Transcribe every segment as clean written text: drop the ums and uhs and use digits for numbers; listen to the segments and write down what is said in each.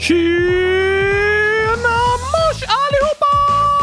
Tjena mors allihopa!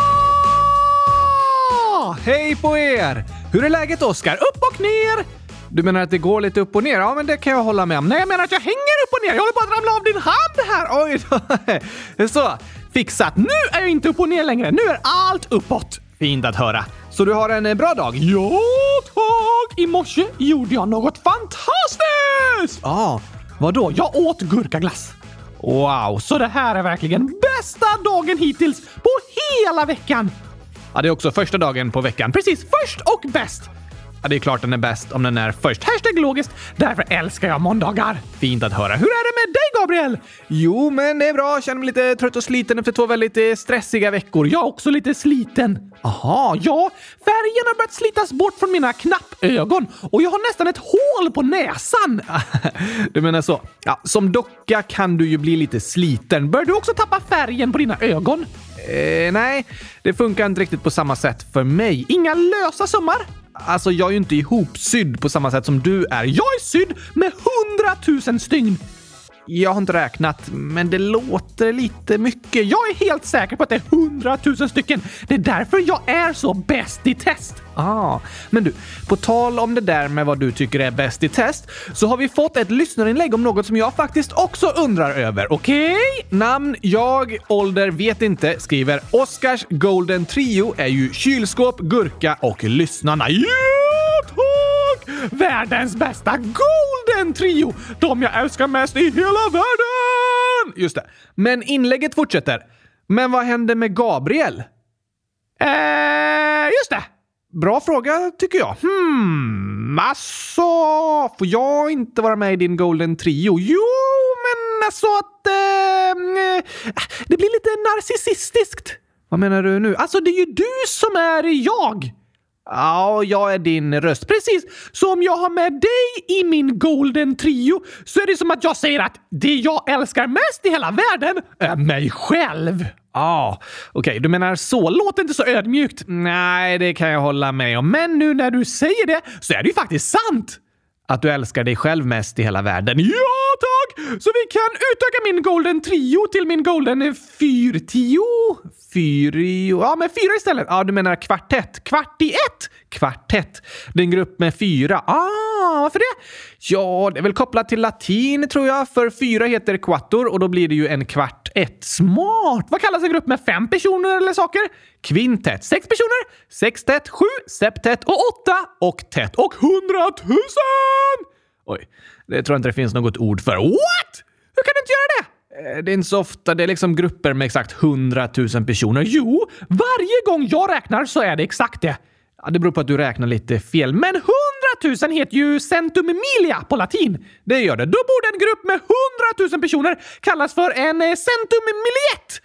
Hej på er! Hur är läget, Oskar? Upp och ner! Du menar att det går lite upp och ner? Ja, men det kan jag hålla med om. Nej, jag menar att jag hänger upp och ner. Jag håller på att ramla av din hand här. Oj då. Så, fixat. Nu är jag inte upp och ner längre. Nu är allt uppåt. Fint att höra. Så du har en bra dag? Ja, tack! I morse gjorde jag något fantastiskt! Vadå? Jag åt gurkaglass. Wow, så det här är verkligen bästa dagen hittills på hela veckan. Ja, det är också första dagen på veckan. Precis, först och bäst. Ja, det är klart den är bäst om den är först. Hashtag logiskt. Därför älskar jag måndagar. Fint att höra. Hur är det med dig, Gabriel? Jo, men det är bra. Jag känner mig lite trött och sliten efter 2 väldigt stressiga veckor. Jag är också lite sliten. Aha, ja. Färgen har börjat slitas bort från mina knappögon. Och jag har nästan ett hål på näsan. Du menar så. Ja, som docka kan du ju bli lite sliten. Bör du också tappa färgen på dina ögon? Nej, det funkar inte riktigt på samma sätt för mig. Inga lösa sömmar? Alltså, jag är ju inte ihopsydd på samma sätt som du är. Jag är sydd med 100 000 stygn. Jag har inte räknat, men det låter lite mycket. Jag är helt säker på att det är 100 000 stycken. Det är därför jag är så bäst i test. Men du, på tal om det där med vad du tycker är bäst i test, så har vi fått ett lyssnarinlägg om något som jag faktiskt också undrar över. Okej? Namn, jag, ålder, vet inte, skriver Oscars Golden Trio är ju kylskåp, gurka och lyssnarna. Ja, tack! Världens bästa Golden Trio! De jag älskar mest i hela världen! Just det. Men inlägget fortsätter. Men vad händer med Gabriel? Just det. Bra fråga, tycker jag. Alltså, får jag inte vara med i din Golden Trio? Jo, men alltså att det blir lite narcissistiskt. Vad menar du nu? Alltså, det är ju du som är jag. Ja, jag är din röst. Precis. Så om jag har med dig i min Golden Trio så är det som att jag säger att det jag älskar mest i hela världen är mig själv. Okej, du menar så. Låt inte så ödmjukt. Nej, det kan jag hålla med om. Men nu när du säger det så är det ju faktiskt sant. Att du älskar dig själv mest i hela världen. Ja, tack! Så vi kan utöka min Golden Trio till min Golden Fyrtio? Ja, med 4 istället. Ja, du menar kvartett. Kvart i ett? Kvartett. Det är en grupp med 4. Varför det? Ja, det är väl kopplat till latin, tror jag. För 4 heter quattor och då blir det ju en kvartett. Smart! Vad kallas en grupp med 5 personer eller saker? Kvintett. 6 personer? Sextett, 7, septett och 8 och tätt och 100 000! Oj, det tror jag inte det finns något ord för. What? Hur kan du inte göra det? Det är inte så ofta. Det är liksom grupper med exakt 100 000 personer. Jo, varje gång jag räknar så är det exakt det. Ja, det beror på att du räknar lite fel. Men 100 000 heter ju centum milia på latin. Det gör det. Då borde en grupp med 100 000 personer kallas för en centum milliet.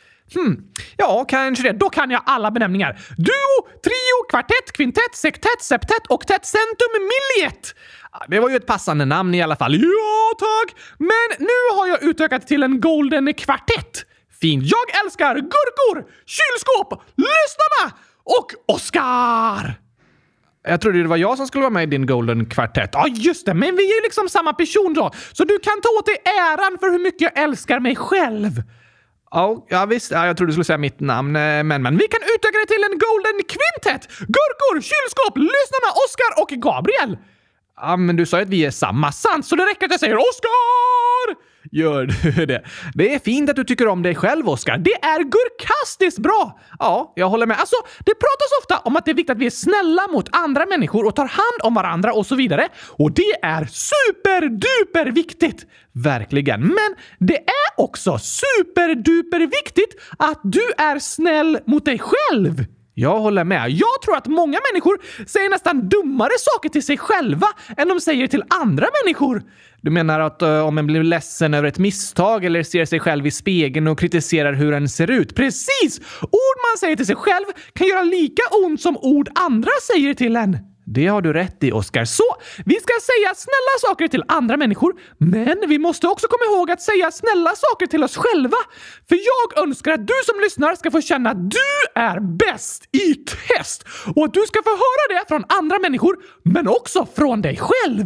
Ja, kanske det. Då kan jag alla benämningar. Duo, trio, kvartett, kvintett, sektett, septett och tätt centum milliet. Det var ju ett passande namn i alla fall. Ja, tack! Men nu har jag utökat till en golden kvartett. Fint. Jag älskar gurkor, kylskåp, lyssnarna och Oscar. Jag trodde det var jag som skulle vara med i din golden kvartett. Ja, just det. Men vi är ju liksom samma person då. Så du kan ta åt dig äran för hur mycket jag älskar mig själv. Ja, visst. Ja, jag trodde du skulle säga mitt namn. Men vi kan utöka det till en golden kvintett. Gurkor, kylskåp, lyssnarna, Oscar och Gabriel. Ja, men du sa ju att vi är samma. Sant, så det räcker att jag säger Oscar! Gör du det? Det är fint att du tycker om dig själv, Oscar. Det är gurkastiskt bra! Ja, jag håller med. Alltså, det pratas ofta om att det är viktigt att vi är snälla mot andra människor och tar hand om varandra och så vidare. Och det är superduper viktigt! Verkligen. Men det är också superduper viktigt att du är snäll mot dig själv. Jag håller med. Jag tror att många människor säger nästan dummare saker till sig själva än de säger till andra människor. Du menar att om man blir ledsen över ett misstag eller ser sig själv i spegeln och kritiserar hur den ser ut? Precis! Ord man säger till sig själv kan göra lika ont som ord andra säger till en. Det har du rätt i, Oscar. Så, vi ska säga snälla saker till andra människor, men vi måste också komma ihåg att säga snälla saker till oss själva. För jag önskar att du som lyssnar ska få känna att du är bäst i test och att du ska få höra det från andra människor, men också från dig själv.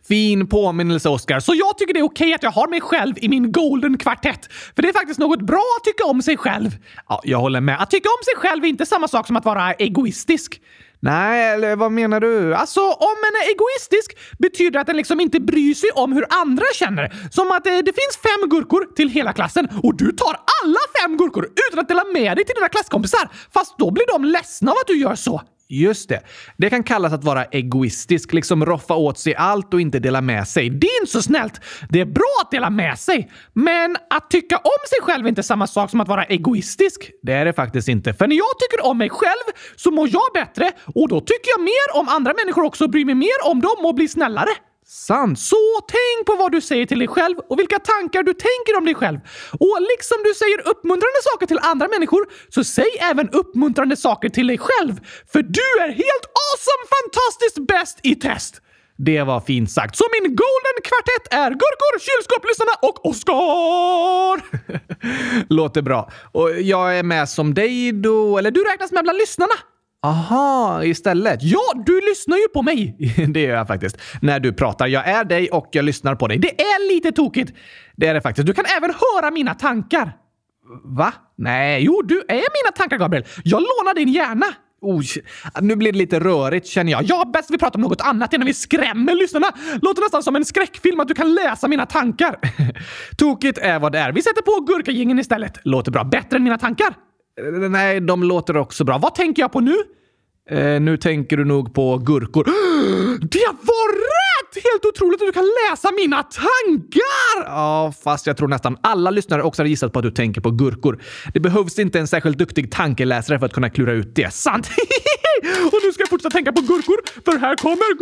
Fin påminnelse, Oscar. Så jag tycker det är okej att jag har mig själv i min golden kvartett. För det är faktiskt något bra att tycka om sig själv. Ja, jag håller med. Att tycka om sig själv är inte samma sak som att vara egoistisk. Nej, eller vad menar du? Alltså, om en är egoistisk betyder att den liksom inte bryr sig om hur andra känner. Som att det finns 5 gurkor till hela klassen och du tar alla 5 gurkor utan att dela med dig till dina klasskompisar. Fast då blir de ledsna av att du gör så. Just det. Det kan kallas att vara egoistisk, liksom roffa åt sig allt och inte dela med sig. Det är inte så snällt. Det är bra att dela med sig. Men att tycka om sig själv är inte samma sak som att vara egoistisk. Det är det faktiskt inte. För när jag tycker om mig själv så mår jag bättre och då tycker jag mer om andra människor också och bryr mig mer om dem och blir snällare. Sant. Så tänk på vad du säger till dig själv och vilka tankar du tänker om dig själv. Och liksom du säger uppmuntrande saker till andra människor så säg även uppmuntrande saker till dig själv. För du är helt awesome, fantastiskt bäst i test. Det var fint sagt. Så min golden kvartett är gurkor, kylskåpslyssnarna och Oscar. Låter bra. Och jag är med som dig då, eller du räknas med bland lyssnarna. Aha, istället. Ja, du lyssnar ju på mig. Det gör jag faktiskt. När du pratar. Jag är dig och jag lyssnar på dig. Det är lite tokigt. Det är det faktiskt. Du kan även höra mina tankar. Va? Nej, jo, du är mina tankar, Gabriel. Jag lånar din hjärna. Oj, nu blir det lite rörigt känner jag. Ja, bäst vi pratar om något annat innan vi skrämmer lyssnarna. Låter nästan som en skräckfilm att du kan läsa mina tankar. Tokigt är vad det är. Vi sätter på gurkagängen istället. Låter bra. Bättre än mina tankar. Nej, de låter också bra. Vad tänker jag på nu? Nu tänker du nog på gurkor. Det var rätt! Helt otroligt att du kan läsa mina tankar! Ja, fast jag tror nästan alla lyssnare också har gissat på att du tänker på gurkor. Det behövs inte en särskilt duktig tankeläsare för att kunna klura ut det. Sant! Och nu ska jag fortsätta tänka på gurkor, för här kommer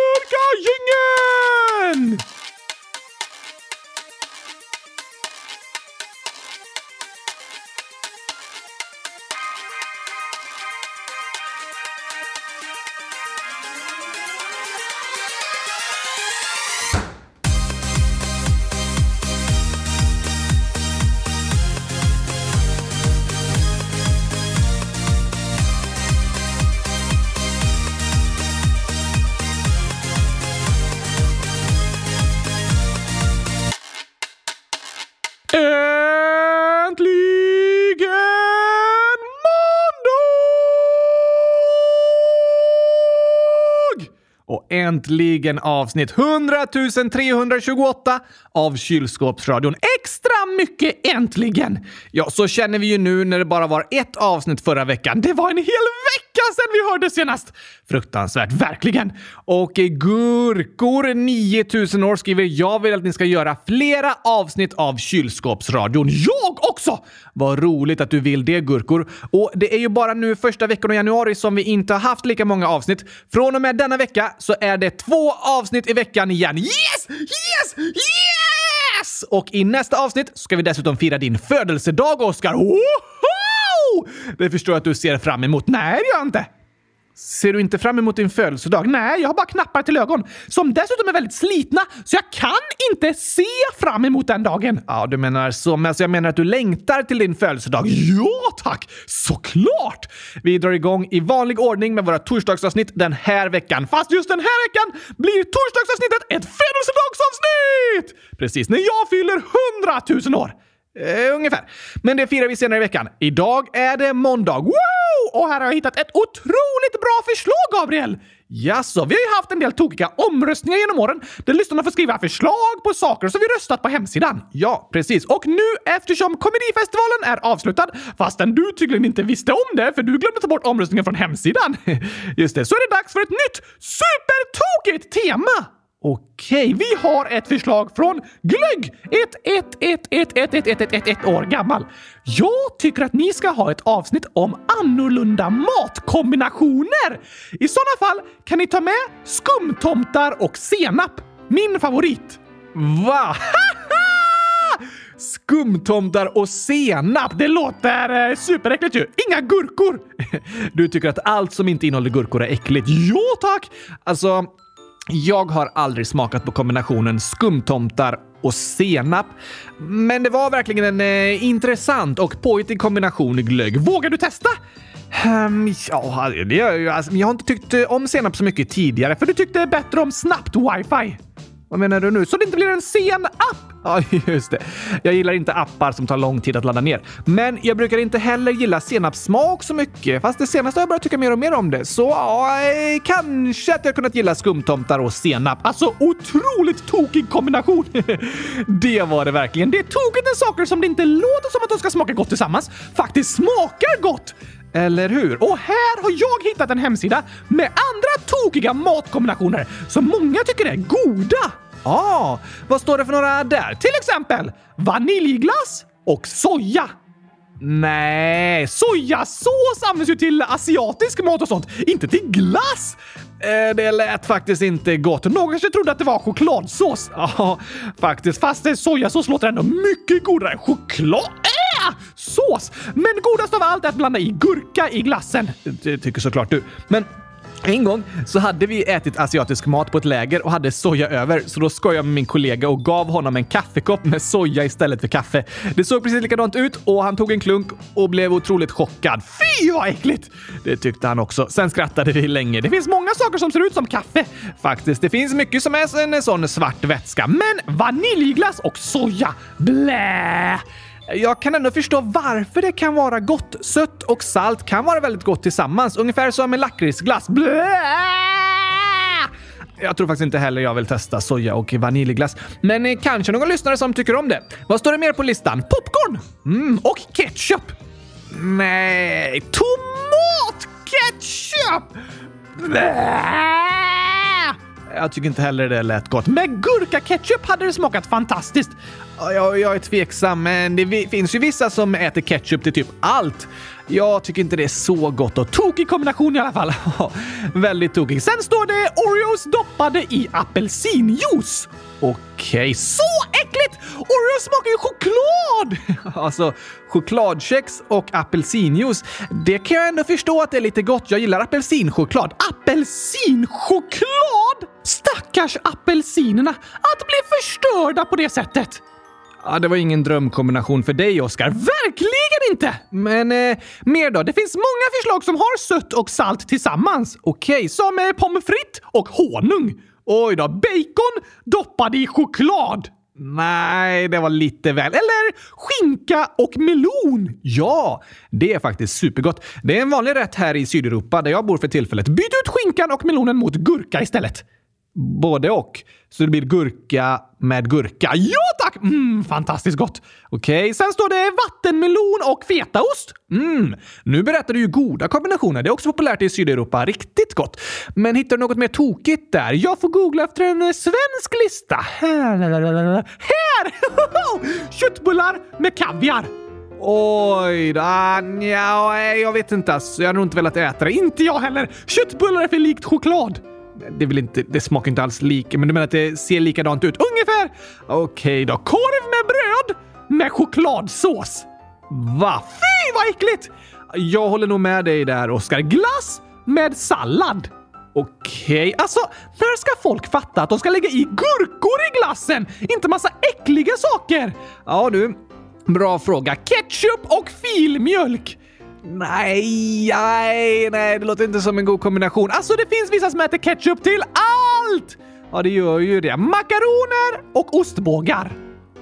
gurkagängen! Äntligen avsnitt 100 328 av Kylskåpsradion. Extra mycket äntligen! Ja, så känner vi ju nu när det bara var ett avsnitt förra veckan. Det var en hel vecka sedan vi hörde senast. Fruktansvärt, verkligen. Och gurkor 9000 år skriver jag vill att ni ska göra flera avsnitt av Kylskåpsradion. Jag också! Vad roligt att du vill det, gurkor. Och det är ju bara nu första veckan i januari som vi inte har haft lika många avsnitt. Från och med denna vecka så är det 2 avsnitt i veckan igen. Yes! Yes! Yes! Och i nästa avsnitt ska vi dessutom fira din födelsedag, Oscar. Woho! Det förstår jag att du ser fram emot. Nej, det gör jag inte. Ser du inte fram emot din födelsedag? Nej, jag har bara knappar till ögon som dessutom är väldigt slitna, så jag kan inte se fram emot den dagen. Ja, du menar så, men alltså jag menar att du längtar till din födelsedag. Ja, tack! Såklart! Vi drar igång i vanlig ordning med våra torsdagsavsnitt den här veckan. Fast just den här veckan blir torsdagsavsnittet ett födelsedagsavsnitt! Precis, när jag fyller 100 000 år. Ungefär. Men det firar vi senare i veckan. Idag är det måndag. Wow! Och här har jag hittat ett otroligt bra förslag, Gabriel. Jaså, vi har ju haft en del tokiga omröstningar genom åren där lyssnarna får skriva förslag på saker som vi röstat på hemsidan. Ja, precis. Och nu, eftersom komedifestivalen är avslutad, fastän du tydligen inte visste om det för du glömde ta bort omröstningen från hemsidan. Just det, så är det dags för ett nytt supertokigt tema. Okej, vi har ett förslag från Glögg, ett år gammal. Jag tycker att ni ska ha ett avsnitt om annorlunda matkombinationer. I sådana fall kan ni ta med skumtomtar och senap. Min favorit. Va? Skumtomtar och senap. Det låter superäckligt ju. Inga gurkor. Du tycker att allt som inte innehåller gurkor är äckligt. Ja, tack. Alltså... Jag har aldrig smakat på kombinationen skumtomtar och senap. Men det var verkligen en intressant och påhittig kombination glögg. Vågar du testa? Ja, det gör jag. Alltså, jag har inte tyckt om senap så mycket tidigare för du tyckte bättre om snabbt wifi. Vad menar du nu? Så det inte blir en sen app? Ja, just det. Jag gillar inte appar som tar lång tid att ladda ner. Men jag brukar inte heller gilla senapssmak så mycket. Fast det senaste har jag börjat tycka mer och mer om det. Så kanske att jag kunnat gilla skumtomtar och senap. Alltså, otroligt tokig kombination. Det var det verkligen. Det är tokigt när saker som det inte låter som att de ska smaka gott tillsammans faktiskt smakar gott. Eller hur? Och här har jag hittat en hemsida med andra tokiga matkombinationer som många tycker är goda. Vad står det för några där? Till exempel vaniljglass och soja. Nej, sojasås används ju till asiatisk mat och sånt, inte till glass. Det lät faktiskt inte gott. Någon kanske trodde att det var chokladsås. Ja, faktiskt. Fast sojasås låter ändå mycket godare. Choklad? Sås! Men godast av allt är att blanda i gurka i glassen. Det tycker såklart du. Men en gång så hade vi ätit asiatisk mat på ett läger och hade soja över. Så då skojade jag med min kollega och gav honom en kaffekopp med soja istället för kaffe. Det såg precis likadant ut och han tog en klunk och blev otroligt chockad. Fy vad äckligt! Det tyckte han också. Sen skrattade vi länge. Det finns många saker som ser ut som kaffe. Faktiskt, det finns mycket som är en sån svart vätska. Men vaniljglass och soja, blä! Jag kan ändå förstå varför det kan vara gott. Sött och salt kan vara väldigt gott tillsammans. Ungefär som med lakritsglass. Blä! Jag tror faktiskt inte heller jag vill testa soja och vaniljglass. Men kanske någon lyssnare som tycker om det. Vad står det mer på listan? Popcorn! Och ketchup! Nej, tomatketchup! Blä! Jag tycker inte heller det lät gott. Med gurka-ketchup hade det smakat fantastiskt. Jag är tveksam, men det finns ju vissa som äter ketchup till typ allt. Jag tycker inte det är så gott och tokig kombination i alla fall. Väldigt tokig. Sen står det Oreos doppade i apelsinjuice. Okej, så äckligt! Oreos smakar ju choklad! Alltså, chokladkex och apelsinjuice. Det kan jag ändå förstå att det är lite gott. Jag gillar apelsinchoklad. Apelsinchoklad? Stackars apelsinerna. Att bli förstörda på det sättet. Ja, det var ingen drömkombination för dig, Oscar. Verkligen inte! Men mer då? Det finns många förslag som har sött och salt tillsammans. Okej, som pommes frites och honung. Oj då, bacon doppad i choklad. Nej, det var lite väl. Eller skinka och melon. Ja, det är faktiskt supergott. Det är en vanlig rätt här i Sydeuropa där jag bor för tillfället. Byt ut skinkan och melonen mot gurka istället. Både och. Så det blir gurka med gurka. Ja tack! Fantastiskt gott. Okej, sen står det vattenmelon och fetaost. Nu berättar du ju goda kombinationer. Det är också populärt i Sydeuropa. Riktigt gott. Men hittar du något mer tokigt där? Jag får googla efter en svensk lista. Här! Köttbullar med kaviar. Oj, jag vet inte. Alltså. Jag har nog inte velat äta det. Inte jag heller. Köttbullar är för likt choklad. Det smakar inte alls lika, men du menar att det ser likadant ut ungefär? Okej då, korv med bröd med chokladsås. Va? Fy vad äckligt! Jag håller nog med dig där, Oscar. Glass med sallad. Okej, alltså när ska folk fatta att de ska lägga i gurkor i glassen? Inte massa äckliga saker. Ja du, bra fråga. Ketchup och filmjölk. Nej, det låter inte som en god kombination. Alltså det finns vissa som äter ketchup till allt! Ja, det gör ju det. Makaroner och ostbågar.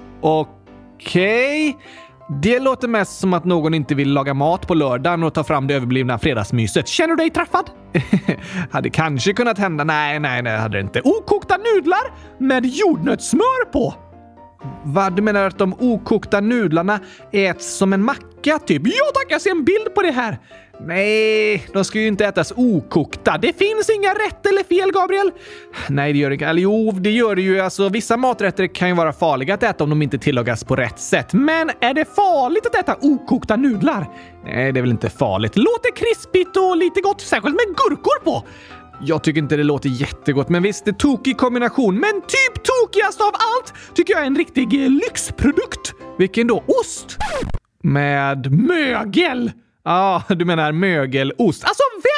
Okej. Det låter mest som att någon inte vill laga mat på lördagen och ta fram det överblivna fredagsmyset. Känner du dig träffad? Hade kanske kunnat hända. Nej, det hade det inte. Okokta nudlar med jordnötssmör på. Vad du menar att de okokta nudlarna äts som en macka typ? Ja tack, jag ser en bild på det här. Nej, de ska ju inte ätas okokta. Det finns inga rätt eller fel, Gabriel. Nej, det gör det inte. Eller jo, det gör det ju. Alltså, vissa maträtter kan ju vara farliga att äta om de inte tillagas på rätt sätt. Men är det farligt att äta okokta nudlar? Nej, det är väl inte farligt. Låter krispigt och lite gott, särskilt med gurkor på. Jag tycker inte det låter jättegott, men visst, det är tokig kombination. Men typ tokigast av allt tycker jag är en riktig lyxprodukt. Vilken då? Ost? Med mögel. Ja, du menar mögelost. Alltså, vem kom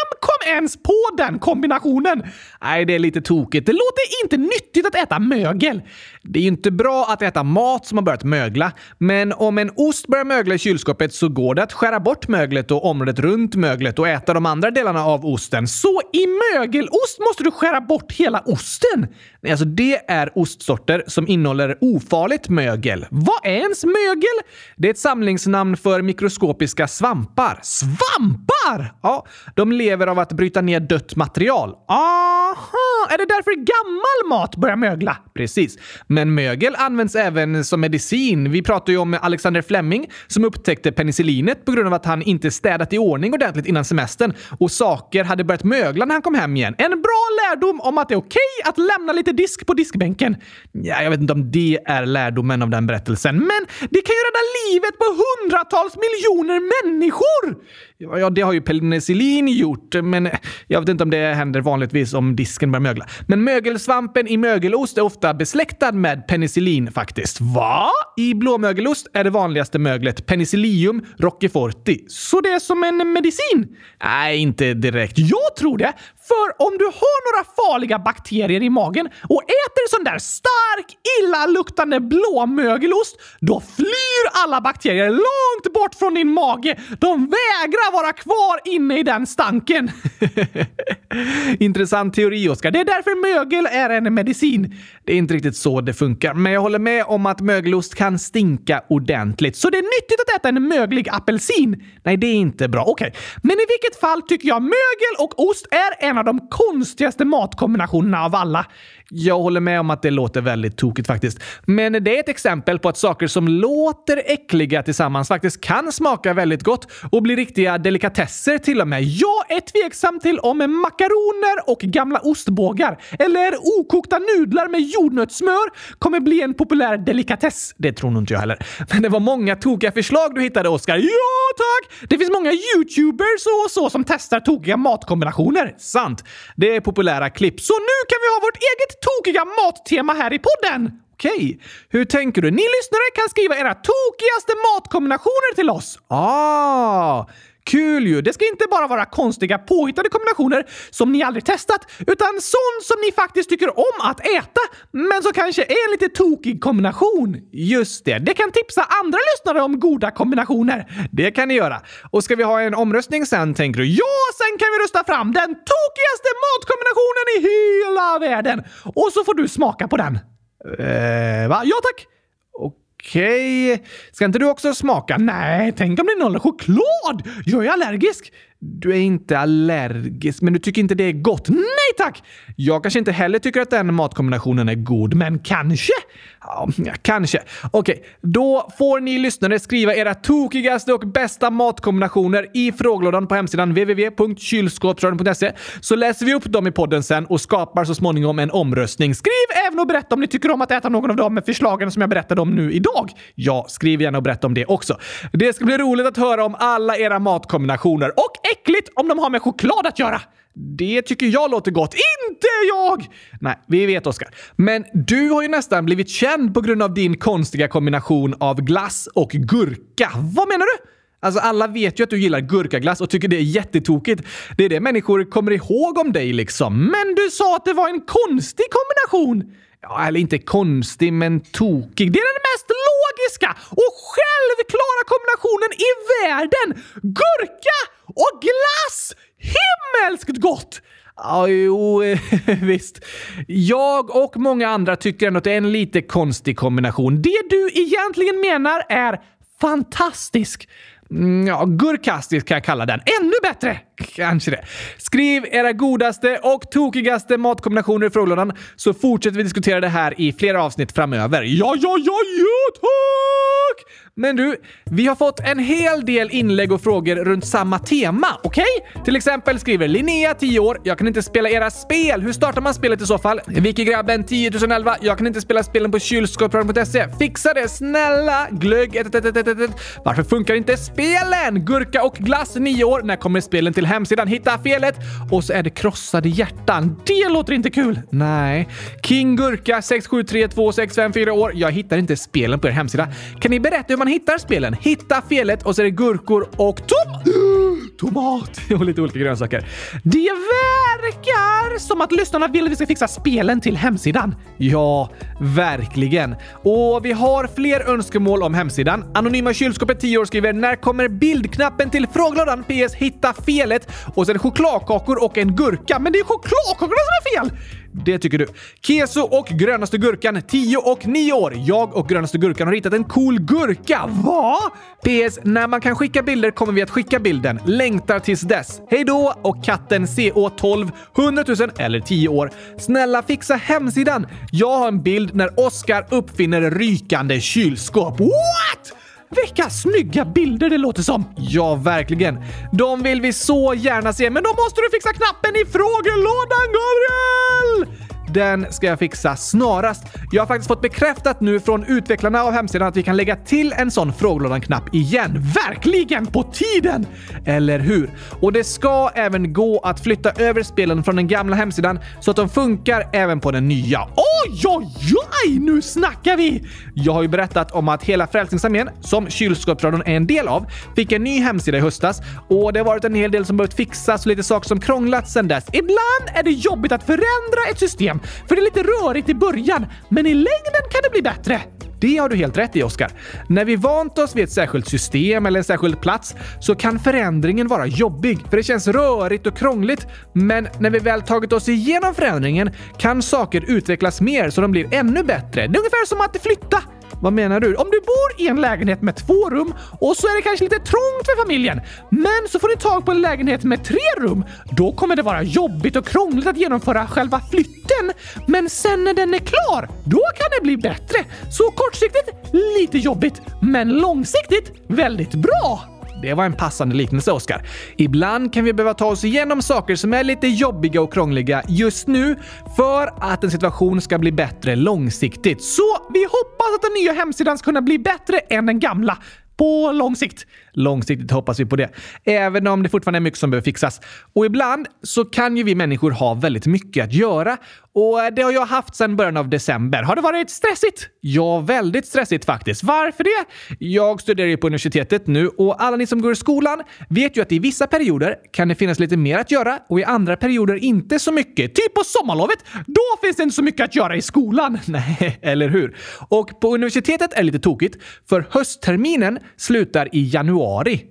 ens på den kombinationen? Nej, det är lite tokigt. Det låter inte nyttigt att äta mögel. Det är ju inte bra att äta mat som har börjat mögla. Men om en ost börjar mögla i kylskåpet så går det att skära bort möglet och området runt möglet och äta de andra delarna av osten. Så i mögelost måste du skära bort hela osten? Nej, alltså det är ostsorter som innehåller ofarligt mögel. Vad är ens mögel? Det är ett samlingsnamn för mikroskopiska svampar. Svampar? Ja, de lever av att bryta ner dött material. Aha, är det därför gammal mat börjar mögla? Precis. Men mögel används även som medicin. Vi pratar ju om Alexander Fleming som upptäckte penicillinet på grund av att han inte städat i ordning ordentligt innan semestern och saker hade börjat mögla när han kom hem igen. En bra lärdom om att det är okej att lämna lite disk på diskbänken. Ja, jag vet inte om det är lärdomen av den berättelsen, men det kan ju rädda livet på hundratals miljoner människor! Ja, det har ju penicillin gjort, men jag vet inte om det händer vanligtvis om disken börjar mögla. Men mögelsvampen i mögelost är ofta besläktad med penicillin faktiskt. Va? I blåmögelost är det vanligaste möglet Penicillium roqueforti. Så det är som en medicin? Nej, inte direkt. Jag tror det. För om du har några farliga bakterier i magen och äter sån där stark, illaluktande blåmögelost, då flyr alla bakterier långt bort från din mage. De vägrar vara kvar inne i den stanken. Intressant teori, Oskar. Det är därför mögel är en medicin. Det är inte riktigt så det funkar, men jag håller med om att mögelost kan stinka ordentligt. Så det är nyttigt att äta en möglig apelsin. Nej, det är inte bra. Okej. Men i vilket fall tycker jag mögel och ost är en av de konstigaste matkombinationerna av alla. Jag håller med om att det låter väldigt tokigt faktiskt. Men det är ett exempel på att saker som låter äckliga tillsammans faktiskt kan smaka väldigt gott och bli riktiga delikatesser till och med. Jag är tveksam till om makaroner och gamla ostbågar eller okokta nudlar med jordnötssmör kommer bli en populär delikatess. Det tror nog inte jag heller. Men det var många tokiga förslag du hittade, Oskar. Ja, tack! Det finns många YouTubers och så som testar tokiga matkombinationer. Sant. Det är populära klipp. Så nu kan vi ha vårt eget tokiga mattema här i podden. Okej. Hur tänker du? Ni lyssnare kan skriva era tokigaste matkombinationer till oss. Kul ju. Det ska inte bara vara konstiga påhittade kombinationer som ni aldrig testat, utan sånt som ni faktiskt tycker om att äta, men som kanske är en lite tokig kombination. Just det. Det kan tipsa andra lyssnare om goda kombinationer. Det kan ni göra. Och ska vi ha en omröstning sen, tänker du? Ja, sen kan vi rösta fram den tokigaste matkombinationen i hela världen. Och så får du smaka på den. Va? Ja, tack. Okej. Ska inte du också smaka? Nej, tänk om det innehåller choklad. Jag är allergisk. Du är inte allergisk, men du tycker inte det är gott. Nej tack! Jag kanske inte heller tycker att den matkombinationen är god, men kanske? Ja, kanske. Okej, då får ni lyssnare skriva era tokigaste och bästa matkombinationer i frågelådan på hemsidan www.kylskåpsradion.se, så läser vi upp dem i podden sen och skapar så småningom en omröstning. Skriv även och berätta om ni tycker om att äta någon av de förslagen som jag berättade om nu idag. Ja, skriv gärna och berätta om det också. Det ska bli roligt att höra om alla era matkombinationer och äckligt om de har med choklad att göra. Det tycker jag låter gott. Inte jag! Nej, vi vet, Oskar. Men du har ju nästan blivit känd på grund av din konstiga kombination av glass och gurka. Vad menar du? Alltså alla vet ju att du gillar gurkaglass och tycker det är jättetokigt. Det är det människor kommer ihåg om dig liksom. Men du sa att det var en konstig kombination. Ja, eller inte konstig, men tokig. Det är den mest logiska och självklara kombinationen i världen. Gurka och glass! Himmelskt gott! Ja, jo, visst. Jag och många andra tycker ändå att det är en lite konstig kombination. Det du egentligen menar är fantastisk. Ja, gurkastisk kan jag kalla den. Ännu bättre, kanske det. Skriv era godaste och tokigaste matkombinationer i frågelådan, så fortsätter vi diskutera det här i flera avsnitt framöver. Ja, tack! Men du, vi har fått en hel del inlägg och frågor runt samma tema, okej? Till exempel skriver Linnea, 10 år. Jag kan inte spela era spel. Hur startar man spelet i så fall? Vicky-grabben, 10.011. Jag kan inte spela spelen på kylskåpsradion.se. Fixa det, snälla. Glögg, 111. Varför funkar inte spelen? Gurka och glass, 9 år. När kommer spelen till hemsidan? Hitta felet. Och så är det krossade hjärtan. Det låter inte kul. Nej. King Gurka, 6732654 år. Jag hittar inte spelen på er hemsida. Kan ni berätta hur man hittar spelen? Hitta felet och så är det gurkor och tomat och lite olika grönsaker. Det verkar som att lyssnarna vill att vi ska fixa spelen till hemsidan. Ja, verkligen. Och vi har fler önskemål om hemsidan. Anonyma kylskåpet 10 år skriver: när kommer bildknappen till frågelådan? PS, hitta felet. Och sen chokladkakor och en gurka. Men det är chokladkakorna som är fel! Det tycker du. Keso och grönaste gurkan 10 och 9 år. Jag och grönaste gurkan har hittat en cool gurka. Va? PS, när man kan skicka bilder kommer vi att skicka bilden. Längtar tills dess. Hej då! Och katten CO12 100 000 eller 10 år. Snälla fixa hemsidan. Jag har en bild när Oscar uppfinner rykande kylskåp. What? Vilka snygga bilder det låter som. Ja, verkligen. De vill vi så gärna se, men då måste du fixa knappen i frågelådan, Gabriel! Den ska jag fixa snarast. Jag har faktiskt fått bekräftat nu från utvecklarna av hemsidan att vi kan lägga till en sån frågelådan-knapp igen. Verkligen på tiden! Eller hur? Och det ska även gå att flytta över spelen från den gamla hemsidan så att de funkar även på den nya. Oj, oj, oj! Nu snackar vi! Jag har ju berättat om att hela Frälsningsarmén, som Kylskåpsradion är en del av, fick en ny hemsida i höstas och det har varit en hel del som behövt fixas och lite saker som krånglat sedan dess. Ibland är det jobbigt att förändra ett system för det är lite rörigt i början, men i längden kan det bli bättre. Det har du helt rätt i, Oskar. När vi vant oss vid ett särskilt system eller en särskild plats så kan förändringen vara jobbig, för det känns rörigt och krångligt. Men när vi väl tagit oss igenom förändringen kan saker utvecklas mer så de blir ännu bättre. Det är ungefär som att flytta. Vad menar du? Om du bor i en lägenhet med 2 rum och så är det kanske lite trångt för familjen, men så får du tag på en lägenhet med 3 rum, då kommer det vara jobbigt och krångligt att genomföra själva flytten. Men sen när den är klar, då kan det bli bättre. Så kortsiktigt lite jobbigt, men långsiktigt väldigt bra. Det var en passande liknelse, Oskar. Ibland kan vi behöva ta oss igenom saker som är lite jobbiga och krångliga just nu för att en situation ska bli bättre långsiktigt. Så vi hoppas att den nya hemsidan ska kunna bli bättre än den gamla. På lång sikt. Långsiktigt hoppas vi på det. Även om det fortfarande är mycket som behöver fixas. Och ibland så kan ju vi människor ha väldigt mycket att göra. Och det har jag haft sedan början av december. Har det varit stressigt? Ja, väldigt stressigt faktiskt. Varför det? Jag studerar ju på universitetet nu och alla ni som går i skolan vet ju att i vissa perioder kan det finnas lite mer att göra och i andra perioder inte så mycket. Typ på sommarlovet, då finns det inte så mycket att göra i skolan. Nej, eller hur? Och på universitetet är det lite tokigt för höstterminen slutar i januari.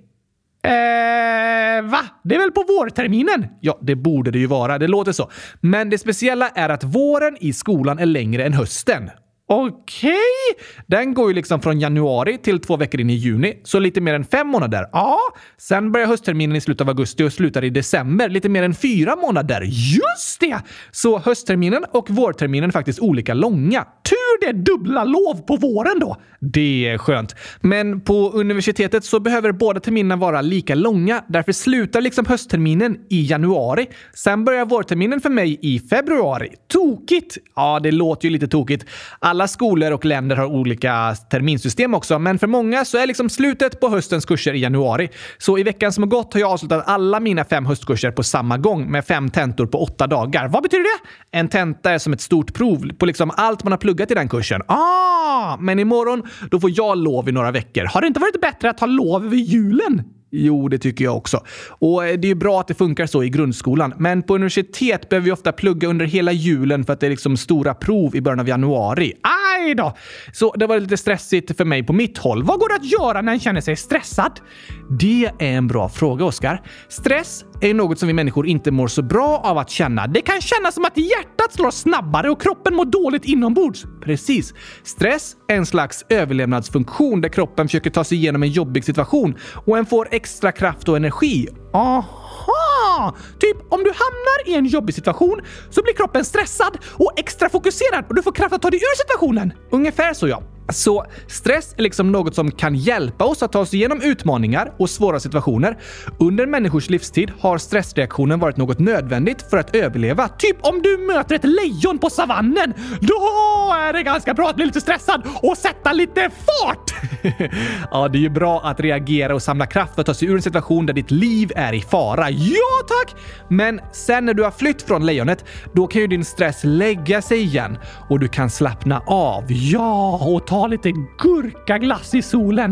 Va? Det är väl på vårterminen? Ja, det borde det ju vara. Det låter så. Men det speciella är att våren i skolan är längre än hösten. Okej. Den går ju liksom från januari till 2 veckor in i juni. Så lite mer än 5 månader. Ja. Sen börjar höstterminen i slutet av augusti och slutar i december. Lite mer än 4 månader. Just det! Så höstterminen och vårterminen är faktiskt olika långa. Tur det är dubbla lov på våren då. Det är skönt. Men på universitetet så behöver båda terminerna vara lika långa. Därför slutar liksom höstterminen i januari. Sen börjar vårterminen för mig i februari. Tokigt! Ja, det låter ju lite tokigt. Alla skolor och länder har olika terminsystem också, men för många så är liksom slutet på höstens kurser i januari. Så i veckan som har gått har jag avslutat alla mina 5 höstkurser på samma gång med 5 tentor på 8 dagar. Vad betyder det? En tenta är som ett stort prov på liksom allt man har pluggat i den kursen. Men imorgon då får jag lov i några veckor. Har det inte varit bättre att ha lov vid julen? Jo, det tycker jag också. Och det är ju bra att det funkar så i grundskolan. Men på universitet behöver vi ofta plugga under hela julen för att det är liksom stora prov i början av januari. Aj då! Så det var lite stressigt för mig på mitt håll. Vad går det att göra när en känner sig stressad? Det är en bra fråga, Oskar. Stress är något som vi människor inte mår så bra av att känna. Det kan kännas som att hjärtat slår snabbare och kroppen mår dåligt inombords. Precis. Stress är en slags överlevnadsfunktion där kroppen försöker ta sig igenom en jobbig situation och en får extra kraft och energi. Aha! Typ om du hamnar i en jobbig situation så blir kroppen stressad och extra fokuserad och du får kraft att ta dig ur situationen. Ungefär så, ja. Så stress är liksom något som kan hjälpa oss att ta oss igenom utmaningar och svåra situationer. Under människors livstid har stressreaktionen varit något nödvändigt för att överleva. Typ om du möter ett lejon på savannen, då är det ganska bra att bli lite stressad och sätta lite fart. Ja, det är ju bra att reagera och samla kraft för att ta sig ur en situation där ditt liv är i fara. Ja, tack! Men sen när du har flytt från lejonet, då kan ju din stress lägga sig igen och du kan slappna av. Ja, och ta lite gurkaglass i solen.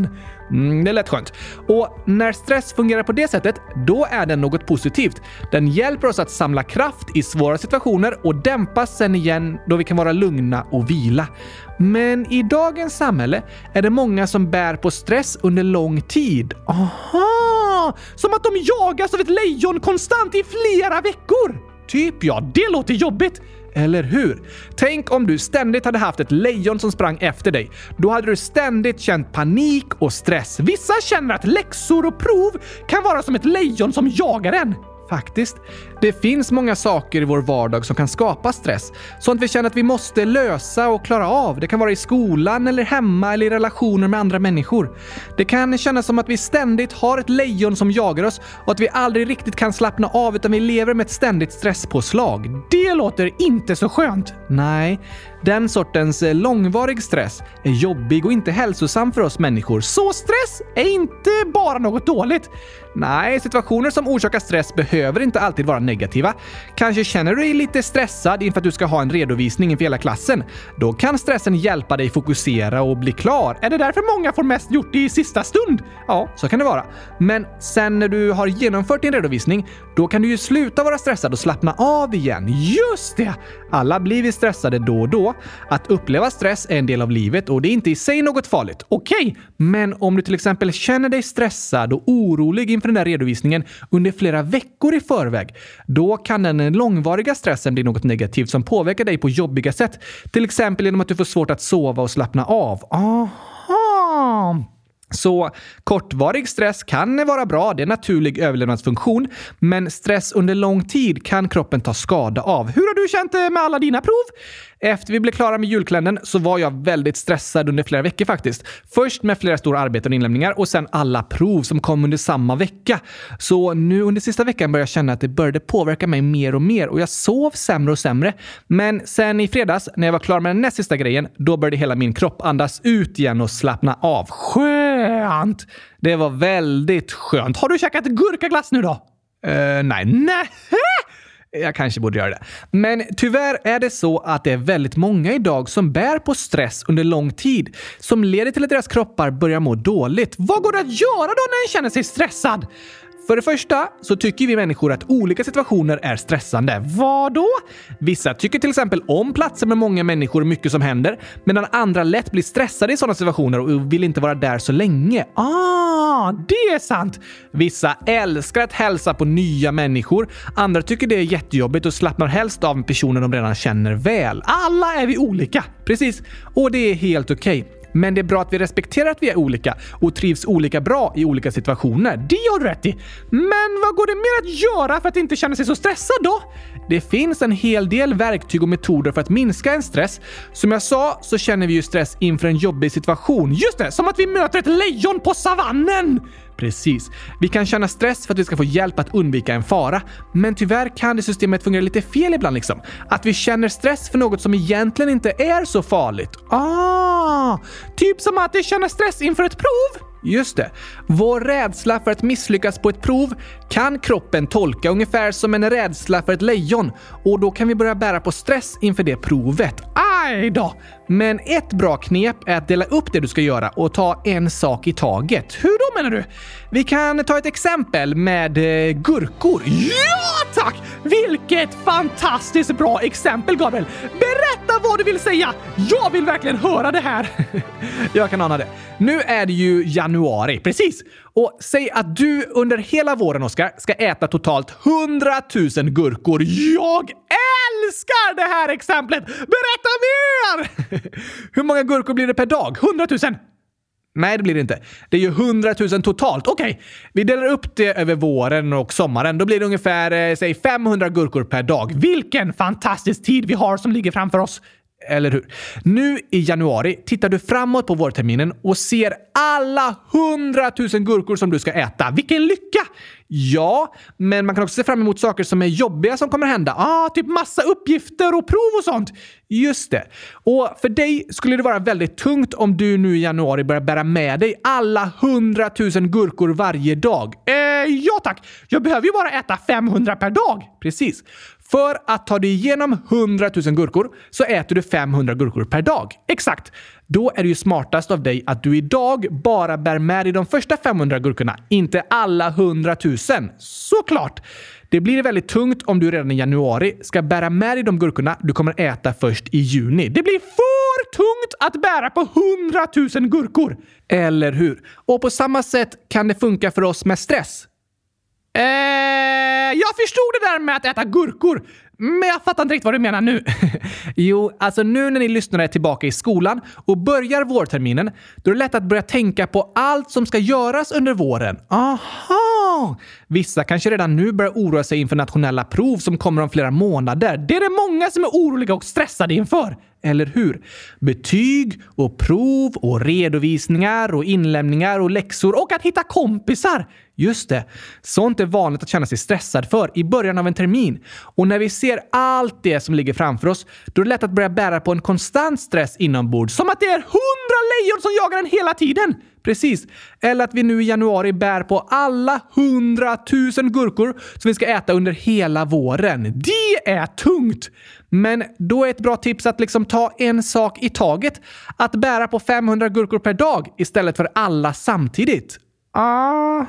Det är lätt skönt. Och när stress fungerar på det sättet, då är den något positivt. Den hjälper oss att samla kraft i svåra situationer och dämpas sen igen då vi kan vara lugna och vila. Men i dagens samhälle är det många som bär på stress under lång tid. Aha! Som att de jagas av ett lejon konstant i flera veckor. Typ ja, det låter jobbigt. Eller hur? Tänk om du ständigt hade haft ett lejon som sprang efter dig. Då hade du ständigt känt panik och stress. Vissa känner att läxor och prov kan vara som ett lejon som jagar en. Faktiskt. Det finns många saker i vår vardag som kan skapa stress. Sånt vi känner att vi måste lösa och klara av. Det kan vara i skolan eller hemma eller i relationer med andra människor. Det kan kännas som att vi ständigt har ett lejon som jagar oss och att vi aldrig riktigt kan slappna av utan vi lever med ett ständigt stresspåslag. Det låter inte så skönt. Nej, den sortens långvarig stress är jobbig och inte hälsosam för oss människor. Så stress är inte bara något dåligt. Nej, situationer som orsakar stress behöver inte alltid vara negativa. Kanske känner du dig lite stressad inför att du ska ha en redovisning inför hela klassen. Då kan stressen hjälpa dig fokusera och bli klar. Är det därför många får mest gjort i sista stund? Ja, så kan det vara. Men sen när du har genomfört din redovisning, då kan du ju sluta vara stressad och slappna av igen. Just det! Alla blir vi stressade då och då. Att uppleva stress är en del av livet och det är inte i sig något farligt. Okej, men om du till exempel känner dig stressad och orolig inför den där redovisningen under flera veckor i förväg, då kan den långvariga stressen bli något negativt som påverkar dig på jobbiga sätt. Till exempel genom att du får svårt att sova och slappna av. Aha! Så kortvarig stress kan vara bra, det är en naturlig överlevnadsfunktion, men stress under lång tid kan kroppen ta skada av. Hur har du känt med alla dina prov? Efter vi blev klara med julkalendern så var jag väldigt stressad under flera veckor faktiskt. Först med flera stora arbeten och inlämningar och sen alla prov som kom under samma vecka. Så nu under sista veckan började jag känna att det började påverka mig mer och mer och jag sov sämre och sämre. Men sen i fredags när jag var klar med den näst sista grejen, då började hela min kropp andas ut igen och slappna av. Skönt! Det var väldigt skönt. Har du käkat gurkaglass nu då? Nej. Jag kanske borde göra det. Men tyvärr är det så att det är väldigt många idag som bär på stress under lång tid som leder till att deras kroppar börjar må dåligt. Vad går det att göra då när en känner sig stressad? För det första så tycker vi människor att olika situationer är stressande. Vad då? Vissa tycker till exempel om platser med många människor och mycket som händer, medan andra lätt blir stressade i sådana situationer och vill inte vara där så länge. Det är sant. Vissa älskar att hälsa på nya människor. Andra tycker det är jättejobbigt och slappnar helst av personer de redan känner väl. Alla är vi olika. Precis. Och det är helt okej. Men det är bra att vi respekterar att vi är olika och trivs olika bra i olika situationer. Det gör du rätt i. Men vad går det mer att göra för att inte känna sig så stressad då? Det finns en hel del verktyg och metoder för att minska en stress. Som jag sa så känner vi ju stress inför en jobbig situation. Just det, som att vi möter ett lejon på savannen! Precis. Vi kan känna stress för att vi ska få hjälp att undvika en fara. Men tyvärr kan det systemet fungera lite fel ibland liksom. Att vi känner stress för något som egentligen inte är så farligt. Typ som att känna stress inför ett prov. Just det. Vår rädsla för att misslyckas på ett prov kan kroppen tolka ungefär som en rädsla för ett lejon. Och då kan vi börja bära på stress inför det provet. Aj då! Men ett bra knep är att dela upp det du ska göra och ta en sak i taget. Hur då menar du? Vi kan ta ett exempel med gurkor. Ja tack! Vilket fantastiskt bra exempel, Gabriel. Berätta vad du vill säga. Jag vill verkligen höra det här. Jag kan ana det. Nu är det ju januari, precis. Och säg att du under hela våren, Oskar, ska äta totalt 100 000 gurkor. Jag älskar det här exemplet! Berätta mer! Hur många gurkor blir det per dag? 100 000? Nej, det blir det inte. Det är ju 100 000 totalt. Okej, vi delar upp det över våren och sommaren. Då blir det ungefär, säg 500 gurkor per dag. Vilken fantastisk tid vi har som ligger framför oss. Eller hur? Nu i januari tittar du framåt på vårterminen och ser alla 100 000 gurkor som du ska äta. Vilken lycka! Ja, men man kan också se fram emot saker som är jobbiga som kommer hända. Typ massa uppgifter och prov och sånt. Just det. Och för dig skulle det vara väldigt tungt om du nu i januari börjar bära med dig alla 100 000 gurkor varje dag. Ja tack, jag behöver ju bara äta 500 per dag. Precis. För att ta dig igenom 100 000 gurkor så äter du 500 gurkor per dag. Exakt. Då är det ju smartast av dig att du idag bara bär med dig de första 500 gurkorna, inte alla 100 000. Såklart! Det blir väldigt tungt om du redan i januari ska bära med dig de gurkorna du kommer äta först i juni. Det blir för tungt att bära på 100 000 gurkor. Eller hur? Och på samma sätt kan det funka för oss med stress. Jag förstod det där med att äta gurkor, men jag fattar inte riktigt vad du menar nu. Jo, alltså nu när ni lyssnare är tillbaka i skolan och börjar vårterminen, då är det lätt att börja tänka på allt som ska göras under våren. Aha! Vissa kanske redan nu börjar oroa sig inför nationella prov som kommer om flera månader. Det är det många som är oroliga och stressade inför. Eller hur? Betyg och prov och redovisningar och inlämningar och läxor och att hitta kompisar. Just det. Sånt är vanligt att känna sig stressad för i början av en termin. Och när vi ser allt det som ligger framför oss, då är det lätt att börja bära på en konstant stress inombords. Som att det är 100 lejon som jagar en hela tiden. Precis. Eller att vi nu i januari bär på alla 100 000 gurkor som vi ska äta under hela våren. Det är tungt! Men då är ett bra tips att liksom ta en sak i taget. Att bära på 500 gurkor per dag istället för alla samtidigt. Aha!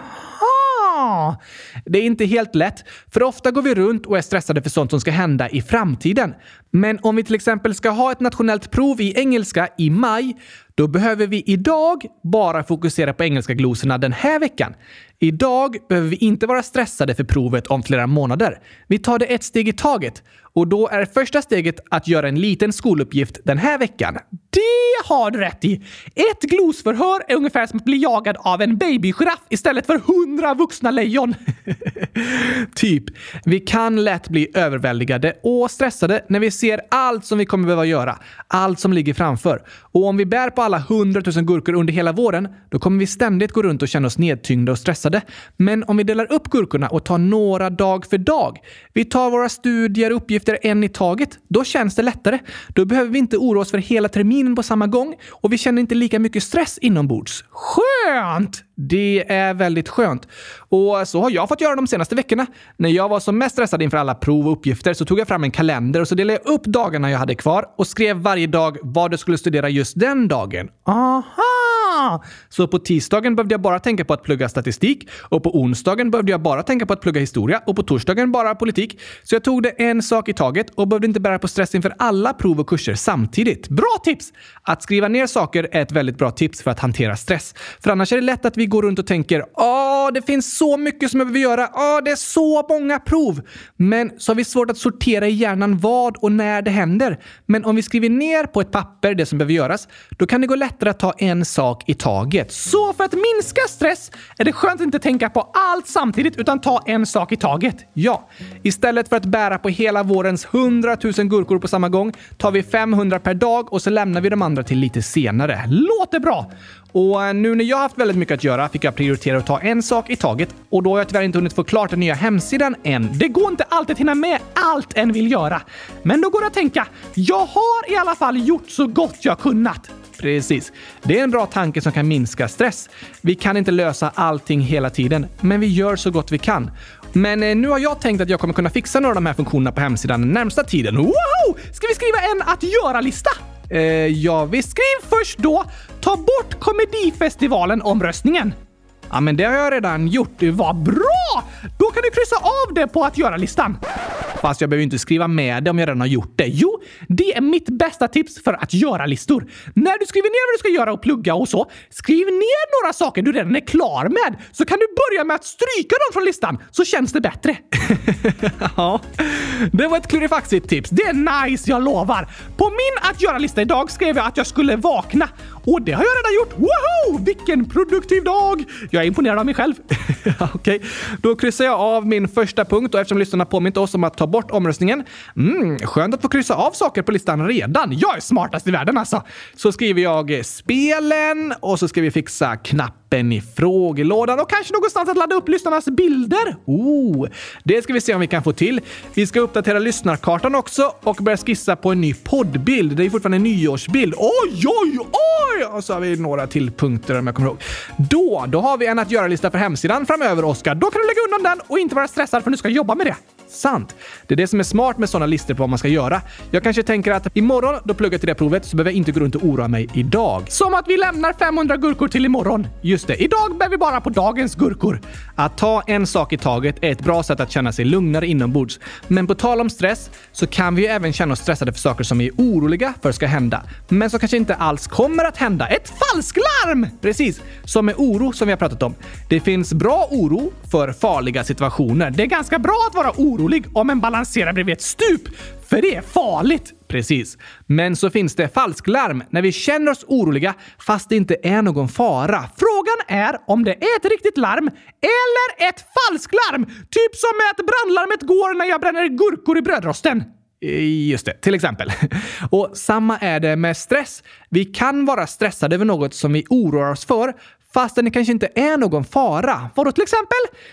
Det är inte helt lätt, för ofta går vi runt och är stressade för sånt som ska hända i framtiden. Men om vi till exempel ska ha ett nationellt prov i engelska i maj, då behöver vi idag bara fokusera på engelska glosorna den här veckan. Idag behöver vi inte vara stressade för provet om flera månader. Vi tar det ett steg i taget. Och då är första steget att göra en liten skoluppgift den här veckan. Det har du rätt i! Ett glosförhör är ungefär som att bli jagad av en babygiraff istället för 100 vuxna lejon. Typ. Vi kan lätt bli överväldigade och stressade när vi ser allt som vi kommer behöva göra. Allt som ligger framför. Och om vi bär på alla 100 000 gurkor under hela våren, då kommer vi ständigt gå runt och känna oss nedtyngda och stressade. Men om vi delar upp gurkorna och tar några dag för dag, vi tar våra studier och uppgifter en i taget, då känns det lättare. Då behöver vi inte oroa oss för hela terminen på samma gång och vi känner inte lika mycket stress inombords. Skönt! Det är väldigt skönt. Och så har jag fått göra de senaste veckorna. När jag var som mest stressad inför alla prov och uppgifter så tog jag fram en kalender och så delade jag upp dagarna jag hade kvar och skrev varje dag vad jag skulle studera just den dagen. Aha! Så på tisdagen behövde jag bara tänka på att plugga statistik och på onsdagen behövde jag bara tänka på att plugga historia och på torsdagen bara politik. Så jag tog det en sak i taget och behövde inte bära på stress inför alla prov och kurser samtidigt. Bra tips! Att skriva ner saker är ett väldigt bra tips för att hantera stress. För annars är det lätt att vi går runt och tänker det finns så mycket som jag behöver göra. Det är så många prov. Men så har vi svårt att sortera i hjärnan vad och när det händer. Men om vi skriver ner på ett papper det som behöver göras, då kan det gå lättare att ta en sak i taget. Så för att minska stress är det skönt att inte tänka på allt samtidigt utan ta en sak i taget. Ja, istället för att bära på hela vårens 100 000 gurkor på samma gång tar vi 500 per dag och så lämnar vi de andra till lite senare. Låter bra! Och nu när jag har haft väldigt mycket att göra fick jag prioritera att ta en sak i taget och då har jag tyvärr inte hunnit få klart den nya hemsidan än. Det går inte alltid att hinna med allt en vill göra. Men då går det att tänka, jag har i alla fall gjort så gott jag kunnat. Precis. Det är en bra tanke som kan minska stress. Vi kan inte lösa allting hela tiden, men vi gör så gott vi kan. Men nu har jag tänkt att jag kommer kunna fixa några av de här funktionerna på hemsidan den närmsta tiden. Wow! Ska vi skriva en att göra-lista? Ja, vi skriver först då. Ta bort komedifestivalen-omröstningen. Ja, men det har jag redan gjort. Det var bra! Då kan du kryssa av det på att göra-listan. Fast jag behöver inte skriva med det om jag redan har gjort det. Jo, det är mitt bästa tips för att göra listor. När du skriver ner vad du ska göra och plugga och så, skriv ner några saker du redan är klar med. Så kan du börja med att stryka dem från listan, så känns det bättre. Ja, det var ett klurifaxigt tips. Det är nice, jag lovar. På min att göra-lista idag skrev jag att jag skulle vakna. Och det har jag redan gjort. Woho! Vilken produktiv dag! Jag är imponerad av mig själv. Okej, då kryssar jag av min första punkt och eftersom lyssnarna påmint oss om att ta bort omröstningen. Skönt att få kryssa av saker på listan redan. Jag är smartast i världen alltså. Så skriver jag spelen och så ska vi fixa knappar lappen i frågelådan och kanske någonstans att ladda upp lyssnarnas bilder. Det ska vi se om vi kan få till. Vi ska uppdatera lyssnarkartan också och börja skissa på en ny poddbild. Det är fortfarande en nyårsbild. Oj! Och så har vi några till punkter om jag kommer ihåg. Då har vi en att göra-lista för hemsidan framöver, Oskar. Då kan du lägga undan den och inte vara stressad för du ska jobba med det. Sant. Det är det som är smart med sådana listor på vad man ska göra. Jag kanske tänker att imorgon då pluggar jag till det provet så behöver jag inte gå runt och oroa mig idag. Som att vi lämnar 500 gurkor till imorgon. Just det, idag bär vi bara på dagens gurkor. Att ta en sak i taget är ett bra sätt att känna sig lugnare inombords. Men på tal om stress så kan vi ju även känna oss stressade för saker som vi är oroliga för ska hända. Men som kanske inte alls kommer att hända. Ett falsklarm! Precis, som med oro som vi har pratat om. Det finns bra oro för farliga situationer. Det är ganska bra att vara orolig om en balanserar bredvid ett stup. För det är farligt. Precis. Men så finns det falsklarm när vi känner oss oroliga fast det inte är någon fara. Frågan är om det är ett riktigt larm eller ett falsklarm. Typ som med att brandlarmet går när jag bränner gurkor i brödrosten. Just det, till exempel. Och samma är det med stress. Vi kan vara stressade över något som vi oroar oss för fast det kanske inte är någon fara. Vadå till exempel?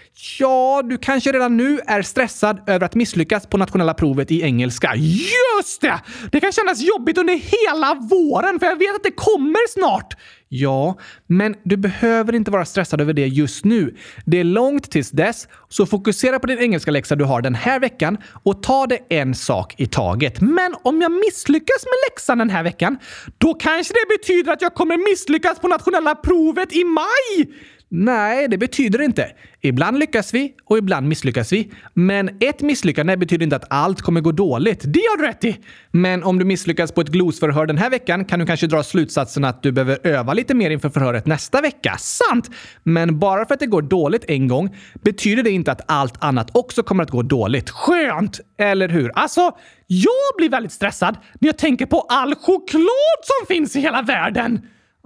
Ja, du kanske redan nu är stressad över att misslyckas på nationella provet i engelska. Just det! Det kan kännas jobbigt under hela våren för jag vet att det kommer snart. Ja, men du behöver inte vara stressad över det just nu. Det är långt tills dess, så fokusera på din engelska läxa du har den här veckan och ta det en sak i taget. Men om jag misslyckas med läxan den här veckan, då kanske det betyder att jag kommer misslyckas på nationella provet i maj. Nej, det betyder inte. Ibland lyckas vi och ibland misslyckas vi. Men ett misslyckande betyder inte att allt kommer gå dåligt. Det har du rätt i. Men om du misslyckas på ett glosförhör den här veckan kan du kanske dra slutsatsen att du behöver öva lite mer inför förhöret nästa vecka. Sant! Men bara för att det går dåligt en gång betyder det inte att allt annat också kommer att gå dåligt. Skönt! Eller hur? Alltså, jag blir väldigt stressad när jag tänker på all choklad som finns i hela världen.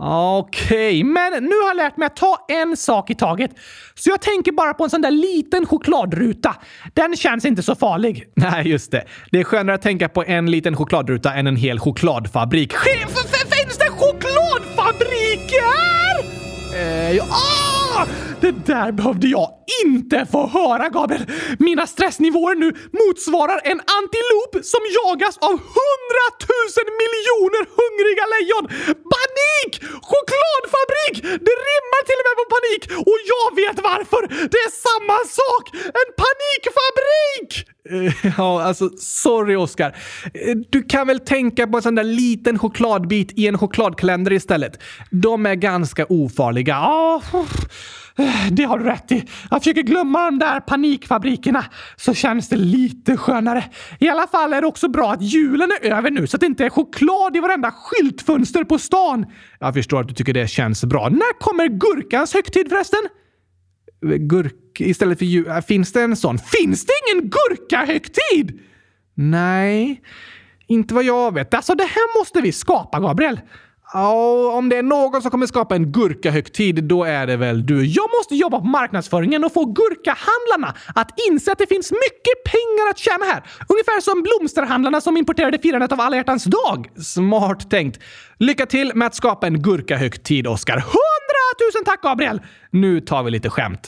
Okej, men nu har jag lärt mig att ta en sak i taget. Så jag tänker bara på en sån där liten chokladruta. Den känns inte så farlig. Nej, just det. Det är skönare att tänka på en liten chokladruta än en hel chokladfabrik. Finns det chokladfabriker? Det där behövde jag inte få höra, Gabriel. Mina stressnivåer nu motsvarar en antilop som jagas av 100 000 miljoner hungriga lejon. Panik! Chokladfabrik! Det rimmar till och med på panik. Och jag vet varför. Det är samma sak. En panikfabrik! Ja, alltså, sorry Oskar. Du kan väl tänka på en sån där liten chokladbit i en chokladkalender istället. De är ganska ofarliga. Det har du rätt i. Jag försöker glömma de där panikfabrikerna så känns det lite skönare. I alla fall är det också bra att julen är över nu så att det inte är choklad i varenda skyltfönster på stan. Jag förstår att du tycker det känns bra. När kommer gurkans högtid förresten? Istället för jul. Finns det en sån? Finns det ingen gurkahögtid? Nej, inte vad jag vet. Alltså det här måste vi skapa, Gabriel. Ja, om det är någon som kommer skapa en gurkahögtid, då är det väl du. Jag måste jobba på marknadsföringen och få gurkahandlarna att inse att det finns mycket pengar att tjäna här. Ungefär som blomsterhandlarna som importerade firandet av alla hjärtans dag. Smart tänkt. Lycka till med att skapa en gurkahögtid, Oskar. 100 000 tack, Gabriel! Nu tar vi lite skämt.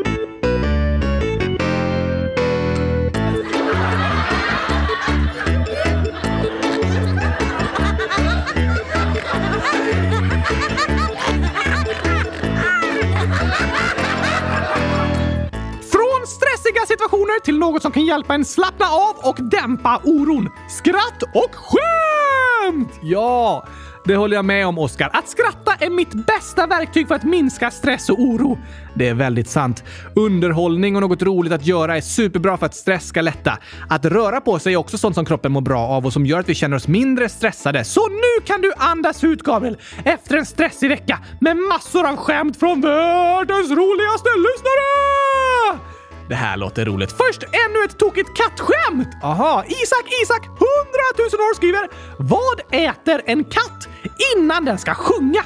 Stressiga situationer till något som kan hjälpa en slappna av och dämpa oron. Skratt och skämt! Ja, det håller jag med om, Oskar. Att skratta är mitt bästa verktyg för att minska stress och oro. Det är väldigt sant. Underhållning och något roligt att göra är superbra för att stress ska lätta. Att röra på sig är också sånt som kroppen mår bra av och som gör att vi känner oss mindre stressade. Så nu kan du andas ut, Gabriel, efter en stressig vecka med massor av skämt från världens roligaste lyssnare! Det här låter roligt. Först ännu ett tokigt kattskämt. Aha, Isak, 100 000 år skriver: vad äter en katt innan den ska sjunga?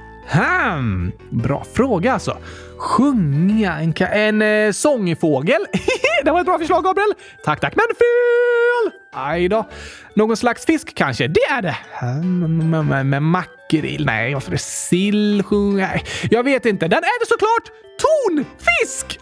Bra fråga alltså. Sjunga en sångfågel. Det var ett bra förslag, Gabriel. Tack, men fel! Aj då. Någon slags fisk kanske, det är det. Med macka makrill. Nej, varför är det sill? Nej, jag vet inte. Den är det såklart tonfisk!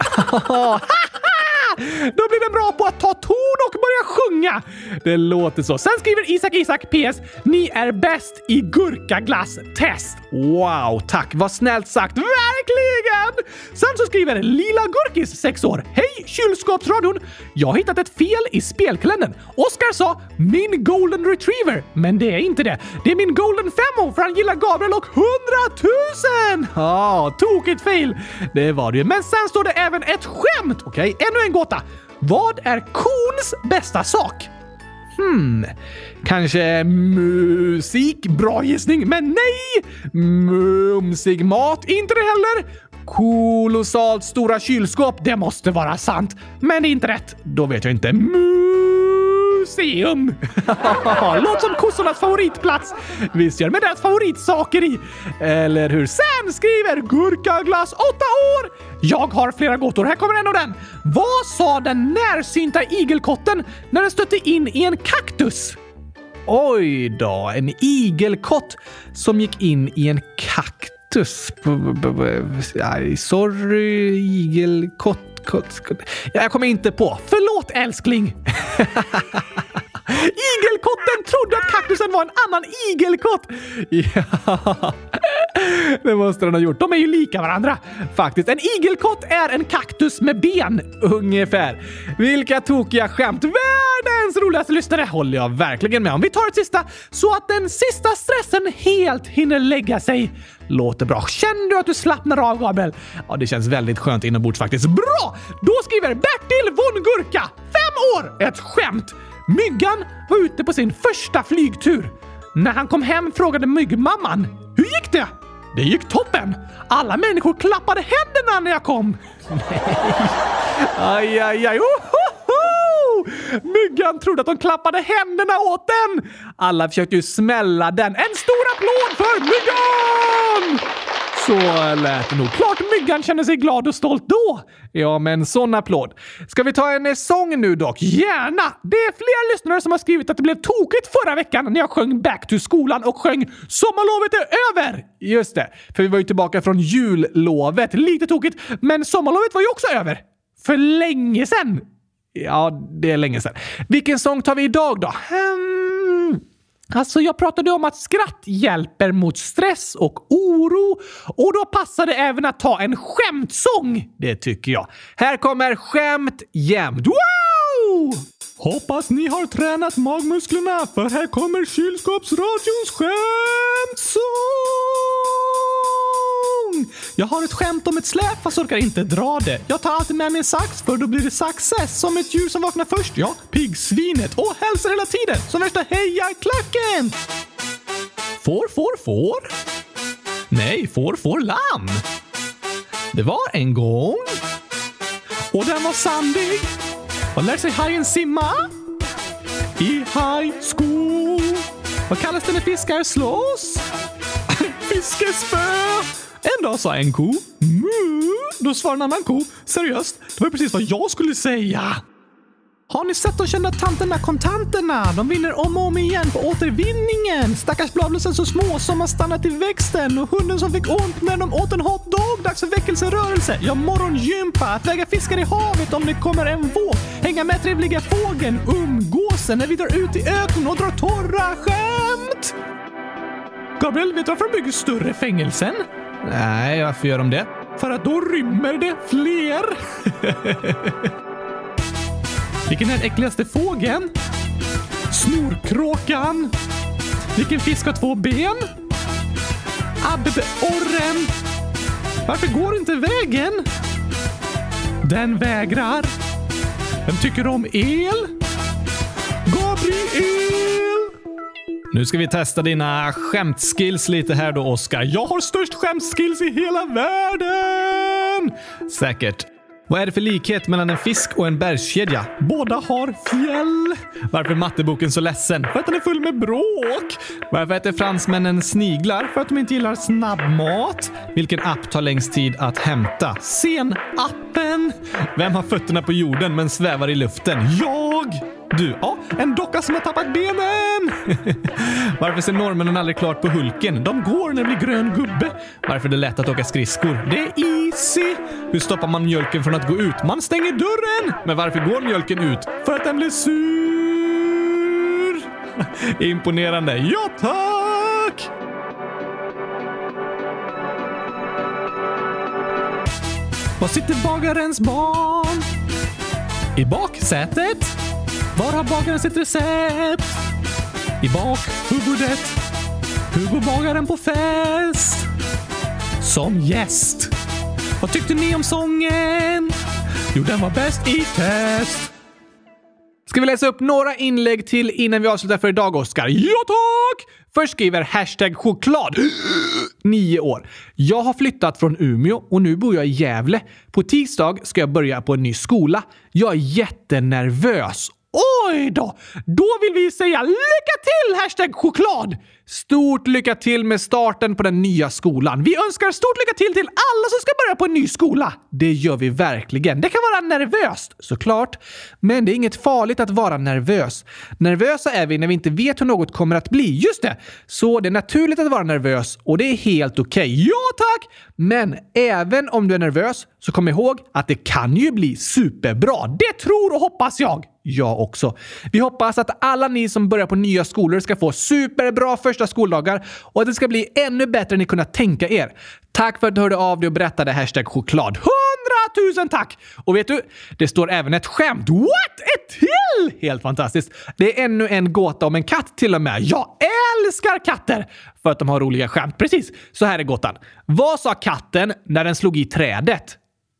Då blir den bra på att ta ton och börja sjunga. Det låter så. Sen skriver Isak PS: ni är bäst i gurkaglass-test. Wow, tack. Vad snällt sagt. Verkligen! Sen så skriver Lila Gurkis, 6 år: hej kylskåpsradion. Jag har hittat ett fel i spelkalendern. Oskar sa min golden retriever, men det är inte det. Det är min golden femmo för han gillar Gabriel och 100 000. Tokigt fail. Det var det ju. Men sen står det även ett skämt. Okej, ännu en gåta. Vad är kons bästa sak? Kanske musik? Bra gissning, men nej! Mumsig mat? Inte det heller. Kolossalt stora kylskåp? Det måste vara sant. Men det är inte rätt. Då vet jag inte. Museum! Låt som kossornas favoritplats. Visst gör, med deras favoritsaker i. Eller hur? Sen skriver Gurkaglass 8 år. Jag har flera gåtor. Här kommer en av den. Vad sa den närsynta igelkotten när den stötte in i en kaktus? Oj då, en igelkott som gick in i en kaktus. Sorry, igelkott. Jag kommer inte på. Förlåt, älskling. Igelkotten trodde att kaktusen var en annan igelkott. Ja, det måste den ha gjort. De är ju lika varandra. Faktiskt, en igelkott är en kaktus med ben, ungefär. Vilka tokiga skämt. Världens roligaste lyssnare håller jag verkligen med om. Vi tar ett sista så att den sista stressen helt hinner lägga sig. Låter bra. Känner du att du slappnar av, Gabriel? Ja, det känns väldigt skönt inombords faktiskt. Bra! Då skriver Bertil von Gurka, 5 år, ett skämt. Myggan var ute på sin första flygtur. När han kom hem frågade myggmamman: hur gick det? Det gick toppen. Alla människor klappade händerna när jag kom. Nej. Aj. Myggan trodde att de klappade händerna åt den. Alla försökte ju smälla den. En stor applåd för myggan! Så lät det nog. Klart myggan känner sig glad och stolt då. Ja, men sån applåd. Ska vi ta en sång nu dock? Gärna! Det är flera lyssnare som har skrivit att det blev tokigt förra veckan när jag sjöng Back to skolan och sjöng Sommarlovet är över! Just det, för vi var ju tillbaka från jullovet. Lite tokigt, men sommarlovet var ju också över. För länge sedan. Ja, det är länge sedan. Vilken sång tar vi idag då? Alltså, jag pratade om att skratt hjälper mot stress och oro. Och då passar det även att ta en skämtsång. Det tycker jag. Här kommer Skämt jämt. Wow! Hoppas ni har tränat magmusklerna, för här kommer Kylskåpsradions skämtsång. Jag har ett skämt om ett släp fast orkar inte dra det. Jag tar alltid med min sax, för då blir det success. Som ett djur som vaknar först, ja, piggsvinet. Och hälsar hela tiden, som värsta hejarklacken. Får? Nej, får lamm. Det var en gång. Och den var sandig. Och lär sig hajen simma? I high school. Vad kallas det när fiskar slåss? Fiskespö. En dag sa en ko. Då svarade en annan ko. Seriöst, det var precis vad jag skulle säga. Har ni sett de kända tanterna kontanterna? De vinner om och om igen på återvinningen. Stackars bladlösen så små som har stannat i växten. Och hunden som fick ont när de åt en hotdog. Dags för väckelserörelse. Ja, morgongympa. Att väga fiskar i havet om det kommer en våg. Hänga med trevliga fågeln. Umgåsen när vi drar ut i öknen och drar torra skämt. Gabriel, vet du varför de bygger större fängelsen? Nej, varför gör de det? För att då rymmer det fler. Vilken är den äckligaste fågeln? Snorkråkan. Vilken fisk har 2 ben? Abborren. Varför går inte vägen? Den vägrar. Vem tycker om el? Gabriel! Nu ska vi testa dina skämtskills lite här då, Oskar. Jag har störst skämtskills i hela världen! Säkert. Vad är det för likhet mellan en fisk och en bergskedja? Båda har fjäll. Varför är matteboken så ledsen? För att den är full med bråk. Varför äter fransmännen sniglar? För att de inte gillar snabbmat. Vilken app tar längst tid att hämta? Sen-appen. Vem har fötterna på jorden men svävar i luften? Jag! Du, ja, en docka som har tappat benen! Varför ser norrmännen aldrig klart på Hulken? De går när det blir grön gubbe. Varför är det lätt att åka skridskor? Det är easy! Hur stoppar man mjölken från att gå ut? Man stänger dörren! Men varför går mjölken ut? För att den blir sur! Imponerande. Ja, tack! Var sitter bagarens barn? I baksätet? Var har bagaren sitt recept? I bakhuvudet. Hur går bagaren på fest? Som gäst. Vad tyckte ni om sången? Jo, den var bäst i test. Ska vi läsa upp några inlägg till innan vi avslutar för idag, Oskar? Ja, tack! Först skriver #choklad. 9 år. Jag har flyttat från Umeå och nu bor jag i Gävle. På tisdag ska jag börja på en ny skola. Jag är jättenervös. Oj då! Då vill vi säga lycka till, #choklad! Stort lycka till med starten på den nya skolan. Vi önskar stort lycka till alla som ska börja på en ny skola. Det gör vi verkligen. Det kan vara nervöst, såklart. Men det är inget farligt att vara nervös. Nervösa är vi när vi inte vet hur något kommer att bli. Just det! Så det är naturligt att vara nervös och det är helt okej. Ja, tack! Men även om du är nervös så kom ihåg att det kan ju bli superbra. Det tror och hoppas jag. Jag också. Vi hoppas att alla ni som börjar på nya skolor ska få superbra första skoldagar och att det ska bli ännu bättre än ni kunnat tänka er. Tack för att du hörde av dig och berättade #choklad. 100 000 tack! Och vet du, det står även ett skämt. What? Ett till? Helt fantastiskt. Det är ännu en gåta om en katt till och med. Jag älskar katter för att de har roliga skämt. Precis, så här är gåtan. Vad sa katten när den slog i trädet?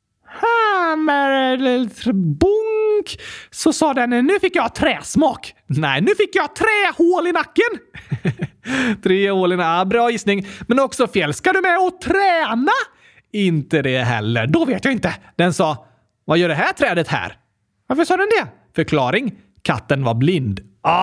Bonk! Så sa den, nu fick jag träsmak. Nej, nu fick jag trähål i nacken. 3 hål i nacken, bra gissning. Men också fel. Ska du med och träna? Inte det heller. Då vet jag inte. Den sa, vad gör det här trädet här? Varför sa den det? Förklaring, katten var blind.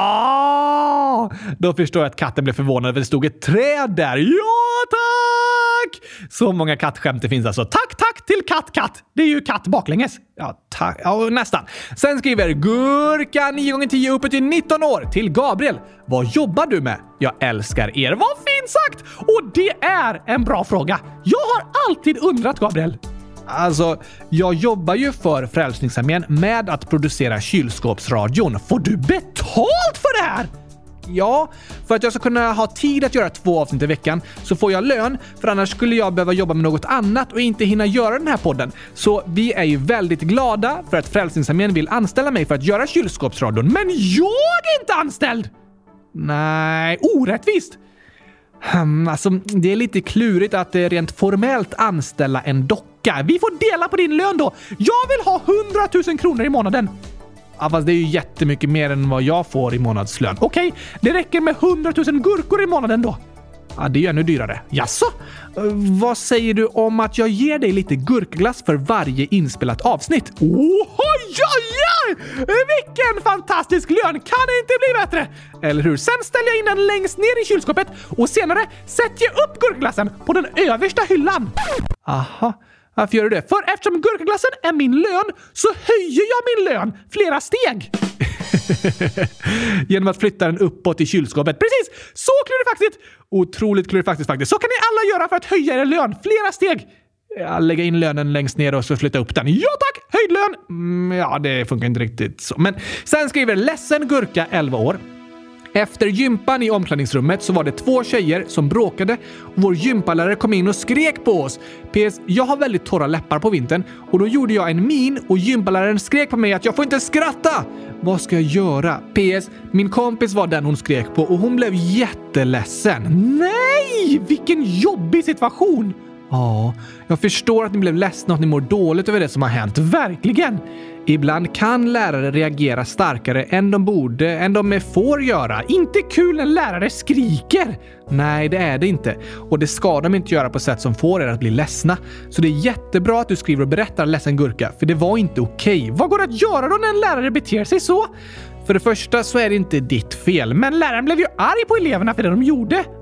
Då förstår jag att katten blev förvånad över att det stod ett träd där. Ja, tack! Så många kattskämt det finns alltså. Tack till katt. Det är ju katt baklänges. Ja, tack. Ja, nästan. Sen skriver Gurka 9x10 uppe till 19 år till Gabriel. Vad jobbar du med? Jag älskar er. Vad fint sagt! Och det är en bra fråga. Jag har alltid undrat, Gabriel. Alltså, jag jobbar ju för Frälsningsarmén med att producera kylskåpsradion. Får du betalt för det här? Ja, för att jag ska kunna ha tid att göra 2 avsnitt i veckan så får jag lön, för annars skulle jag behöva jobba med något annat och inte hinna göra den här podden. Så vi är ju väldigt glada för att Frälsningsarmén vill anställa mig för att göra kylskåpsradion. Men jag är inte anställd! Nej, orättvist. Alltså, det är lite klurigt att rent formellt anställa en docka. Vi får dela på din lön då. Jag vill ha 100 000 kronor i månaden. Ja, fast det är ju jättemycket mer än vad jag får i månadslön. Okej, det räcker med 100 000 gurkor i månaden då. Ja, det är ju ännu dyrare. Jaså? Vad säger du om att jag ger dig lite gurkglass för varje inspelat avsnitt? Oj! Vilken fantastisk lön! Kan det inte bli bättre? Eller hur? Sen ställer jag in den längst ner i kylskåpet och senare sätter jag upp gurkglassen på den översta hyllan. Aha. Varför gör du det? För eftersom gurkaglassen är min lön så höjer jag min lön flera steg. Genom att flytta den uppåt i kylskåpet. Precis! Så klurifaxigt! Otroligt klurifaxigt faktiskt. Så kan ni alla göra för att höja er lön flera steg. Lägga in lönen längst ner och så flytta upp den. Ja tack! Höjd lön! Ja, det funkar inte riktigt så. Men sen skriver Ledsen Gurka 11 år. Efter gympan i omklädningsrummet så var det 2 tjejer som bråkade och vår gympalärare kom in och skrek på oss. PS, jag har väldigt torra läppar på vintern och då gjorde jag en min och gympaläraren skrek på mig att jag får inte skratta. Vad ska jag göra? PS, min kompis var den hon skrek på och hon blev jätteledsen. Nej, vilken jobbig situation! Ja, jag förstår att ni blev ledsna och att ni mår dåligt över det som har hänt. Verkligen! Ibland kan lärare reagera starkare än de borde, än de får göra. Inte kul när lärare skriker! Nej, det är det inte. Och det ska de inte göra på sätt som får er att bli ledsna. Så det är jättebra att du skriver och berättar Ledsen Gurka, för det var inte okej. Vad går det att göra då när en lärare beter sig så? För det första så är det inte ditt fel, men läraren blev ju arg på eleverna för det de gjorde.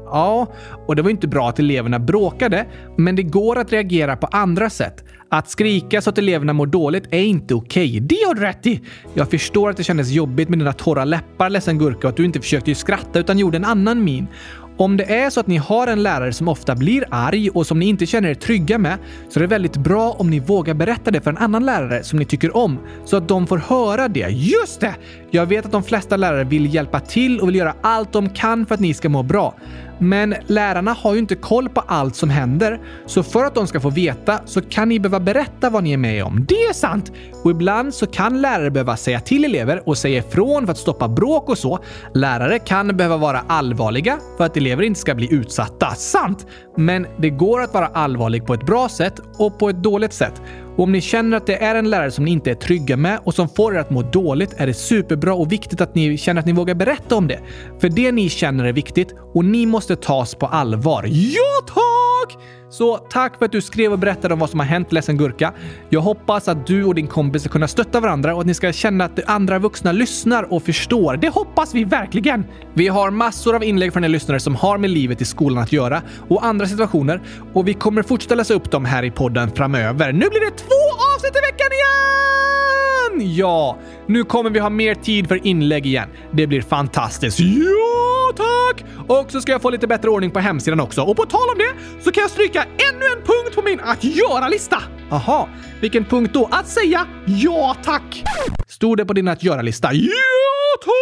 Ja, och det var inte bra att eleverna bråkade, men det går att reagera på andra sätt. Att skrika så att eleverna mår dåligt är inte okej. Det har du rätt i! Jag förstår att det kändes jobbigt med dina torra läppar, ledsen Gurka, och att du inte försökte skratta utan gjorde en annan min. Om det är så att ni har en lärare som ofta blir arg och som ni inte känner er trygga med, så är det väldigt bra om ni vågar berätta det för en annan lärare som ni tycker om, så att de får höra det. Just det! Jag vet att de flesta lärare vill hjälpa till och vill göra allt de kan för att ni ska må bra. Men lärarna har ju inte koll på allt som händer, så för att de ska få veta så kan ni behöva berätta vad ni är med om. Det är sant! Och ibland så kan lärare behöva säga till elever och säga ifrån för att stoppa bråk och så. Lärare kan behöva vara allvarliga för att elever inte ska bli utsatta. Sant! Men det går att vara allvarlig på ett bra sätt och på ett dåligt sätt. Och om ni känner att det är en lärare som ni inte är trygga med och som får er att må dåligt, är det superbra och viktigt att ni känner att ni vågar berätta om det. För det ni känner är viktigt och ni måste tas på allvar. Ja, tack! Så tack för att du skrev och berättade om vad som har hänt, ledsen Gurka. Jag hoppas att du och din kompis ska kunna stötta varandra och att ni ska känna att andra vuxna lyssnar och förstår. Det hoppas vi verkligen! Vi har massor av inlägg från er lyssnare som har med livet i skolan att göra och andra situationer, och vi kommer fortsätta läsa upp dem här i podden framöver. Nu blir det 2 avsnitt i veckan igen! Ja, nu kommer vi ha mer tid för inlägg igen. Det blir fantastiskt. Ja, tack! Och så ska jag få lite bättre ordning på hemsidan också. Och på tal om det så kan jag stryka ännu en punkt på min att göra-lista. Aha, vilken punkt då? Att säga ja tack. Stod det på din att göra-lista? Ja tack!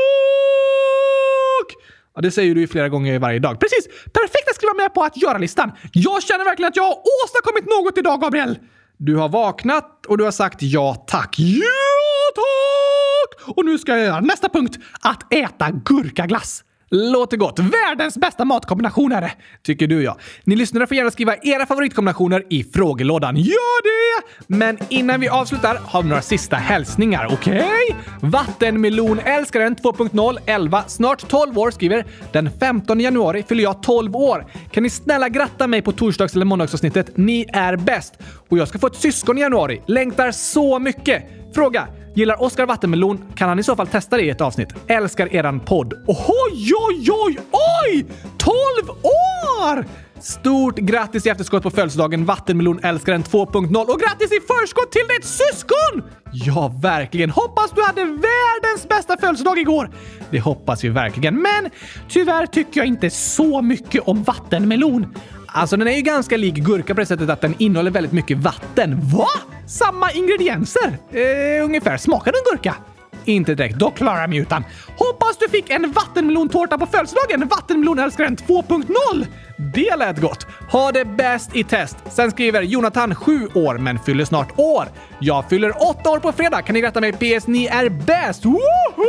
Ja, det säger du ju flera gånger varje dag. Precis, perfekt att skriva med på att göra-listan. Jag känner verkligen att jag har åstadkommit något idag, Gabriel. Du har vaknat och du har sagt ja tack. Ja tack! Och nu ska jag göra nästa punkt. Att äta gurkaglass. Låter gott. Världens bästa matkombination är det, tycker du ja. Ni lyssnare får gärna skriva era favoritkombinationer i frågelådan. Gör det! Men innan vi avslutar har vi några sista hälsningar, okej? Vattenmelonälskaren 2.0 11, snart 12 år skriver: den 15 januari fyller jag 12 år. Kan ni snälla gratta mig på torsdags- eller måndagsavsnittet? Ni är bäst. Och jag ska få ett syskon i januari. Längtar så mycket. Fråga: gillar Oskar vattenmelon? Kan han i så fall testa det i ett avsnitt? Älskar eran podd. Oj, oj, oj, oj! 12 år! Stort grattis i efterskott på födelsedagen, vattenmelonälskaren 2.0. Och grattis i förskott till ditt syskon! Ja, verkligen. Hoppas du hade världens bästa födelsedag igår. Det hoppas vi verkligen. Men tyvärr tycker jag inte så mycket om vattenmelon. Alltså, den är ju ganska lik gurka på det sättet att den innehåller väldigt mycket vatten. Va? Samma ingredienser? Ungefär. Smakar den gurka? Inte direkt, då klarar jag mig utan. Hoppas du fick en vattenmelontårta på födelsedagen, vattenmelonälskaren 2.0. Det lät gott. Ha det bäst i test. Sen skriver Jonathan 7 år men fyller snart år. Jag fyller 8 år på fredag. Kan ni gratta mig? PS, ni är bäst. Woho!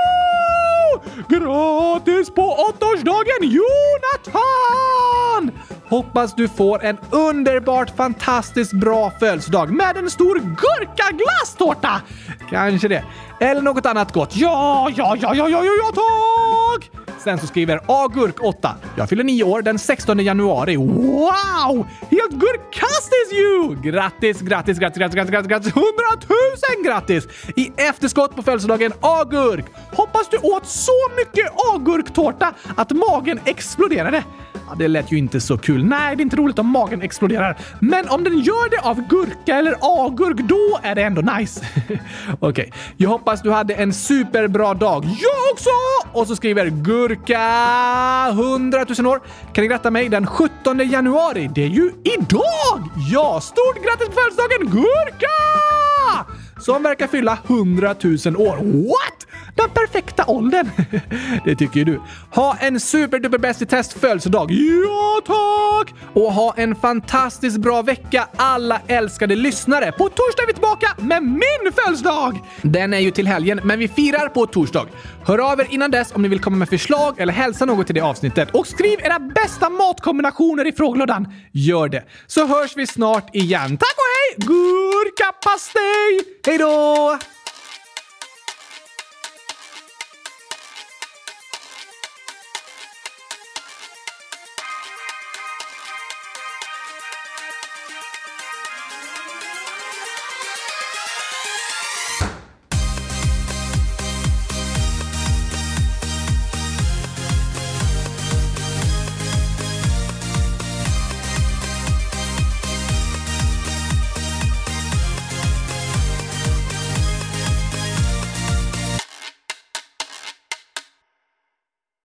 Gratis på 8-årsdagen, Jonathan! Hoppas du får en underbart fantastiskt bra födelsedag med en stor gurkaglasstårta. Kanske det. Eller något annat gott. Ja, tack! Sen så skriver Agurk 8. Jag fyller 9 år den 16 januari. Wow! Helt gurkastiskt ju! Grattis! 100 000 grattis! I efterskott på födelsedagen Agurk. Hoppas du åt så mycket agurktårta att magen exploderade. Ja, det lät ju inte så kul. Nej, det är inte roligt om magen exploderar. Men om den gör det av gurka eller agurk, då är det ändå nice. Okej, jag hoppas du hade en superbra dag. Jag också! Och så skriver Gurka 100 000 år. Kan ni gratta mig den 17 januari? Det är ju idag! Ja, stort grattis på födelsedagen, Gurka! Som verkar fylla 100 000 år. What? Den perfekta åldern. Det tycker ju du. Ha en superduper bäst i test födelsedag. Ja, tack! Och ha en fantastiskt bra vecka, alla älskade lyssnare. På torsdag är vi tillbaka med min födelsedag. Den är ju till helgen, men vi firar på torsdag. Hör av er innan dess om ni vill komma med förslag eller hälsa något till det avsnittet. Och skriv era bästa matkombinationer i frågelådan. Gör det. Så hörs vi snart igen. Tack och hej! Gurkapastej! Hej då!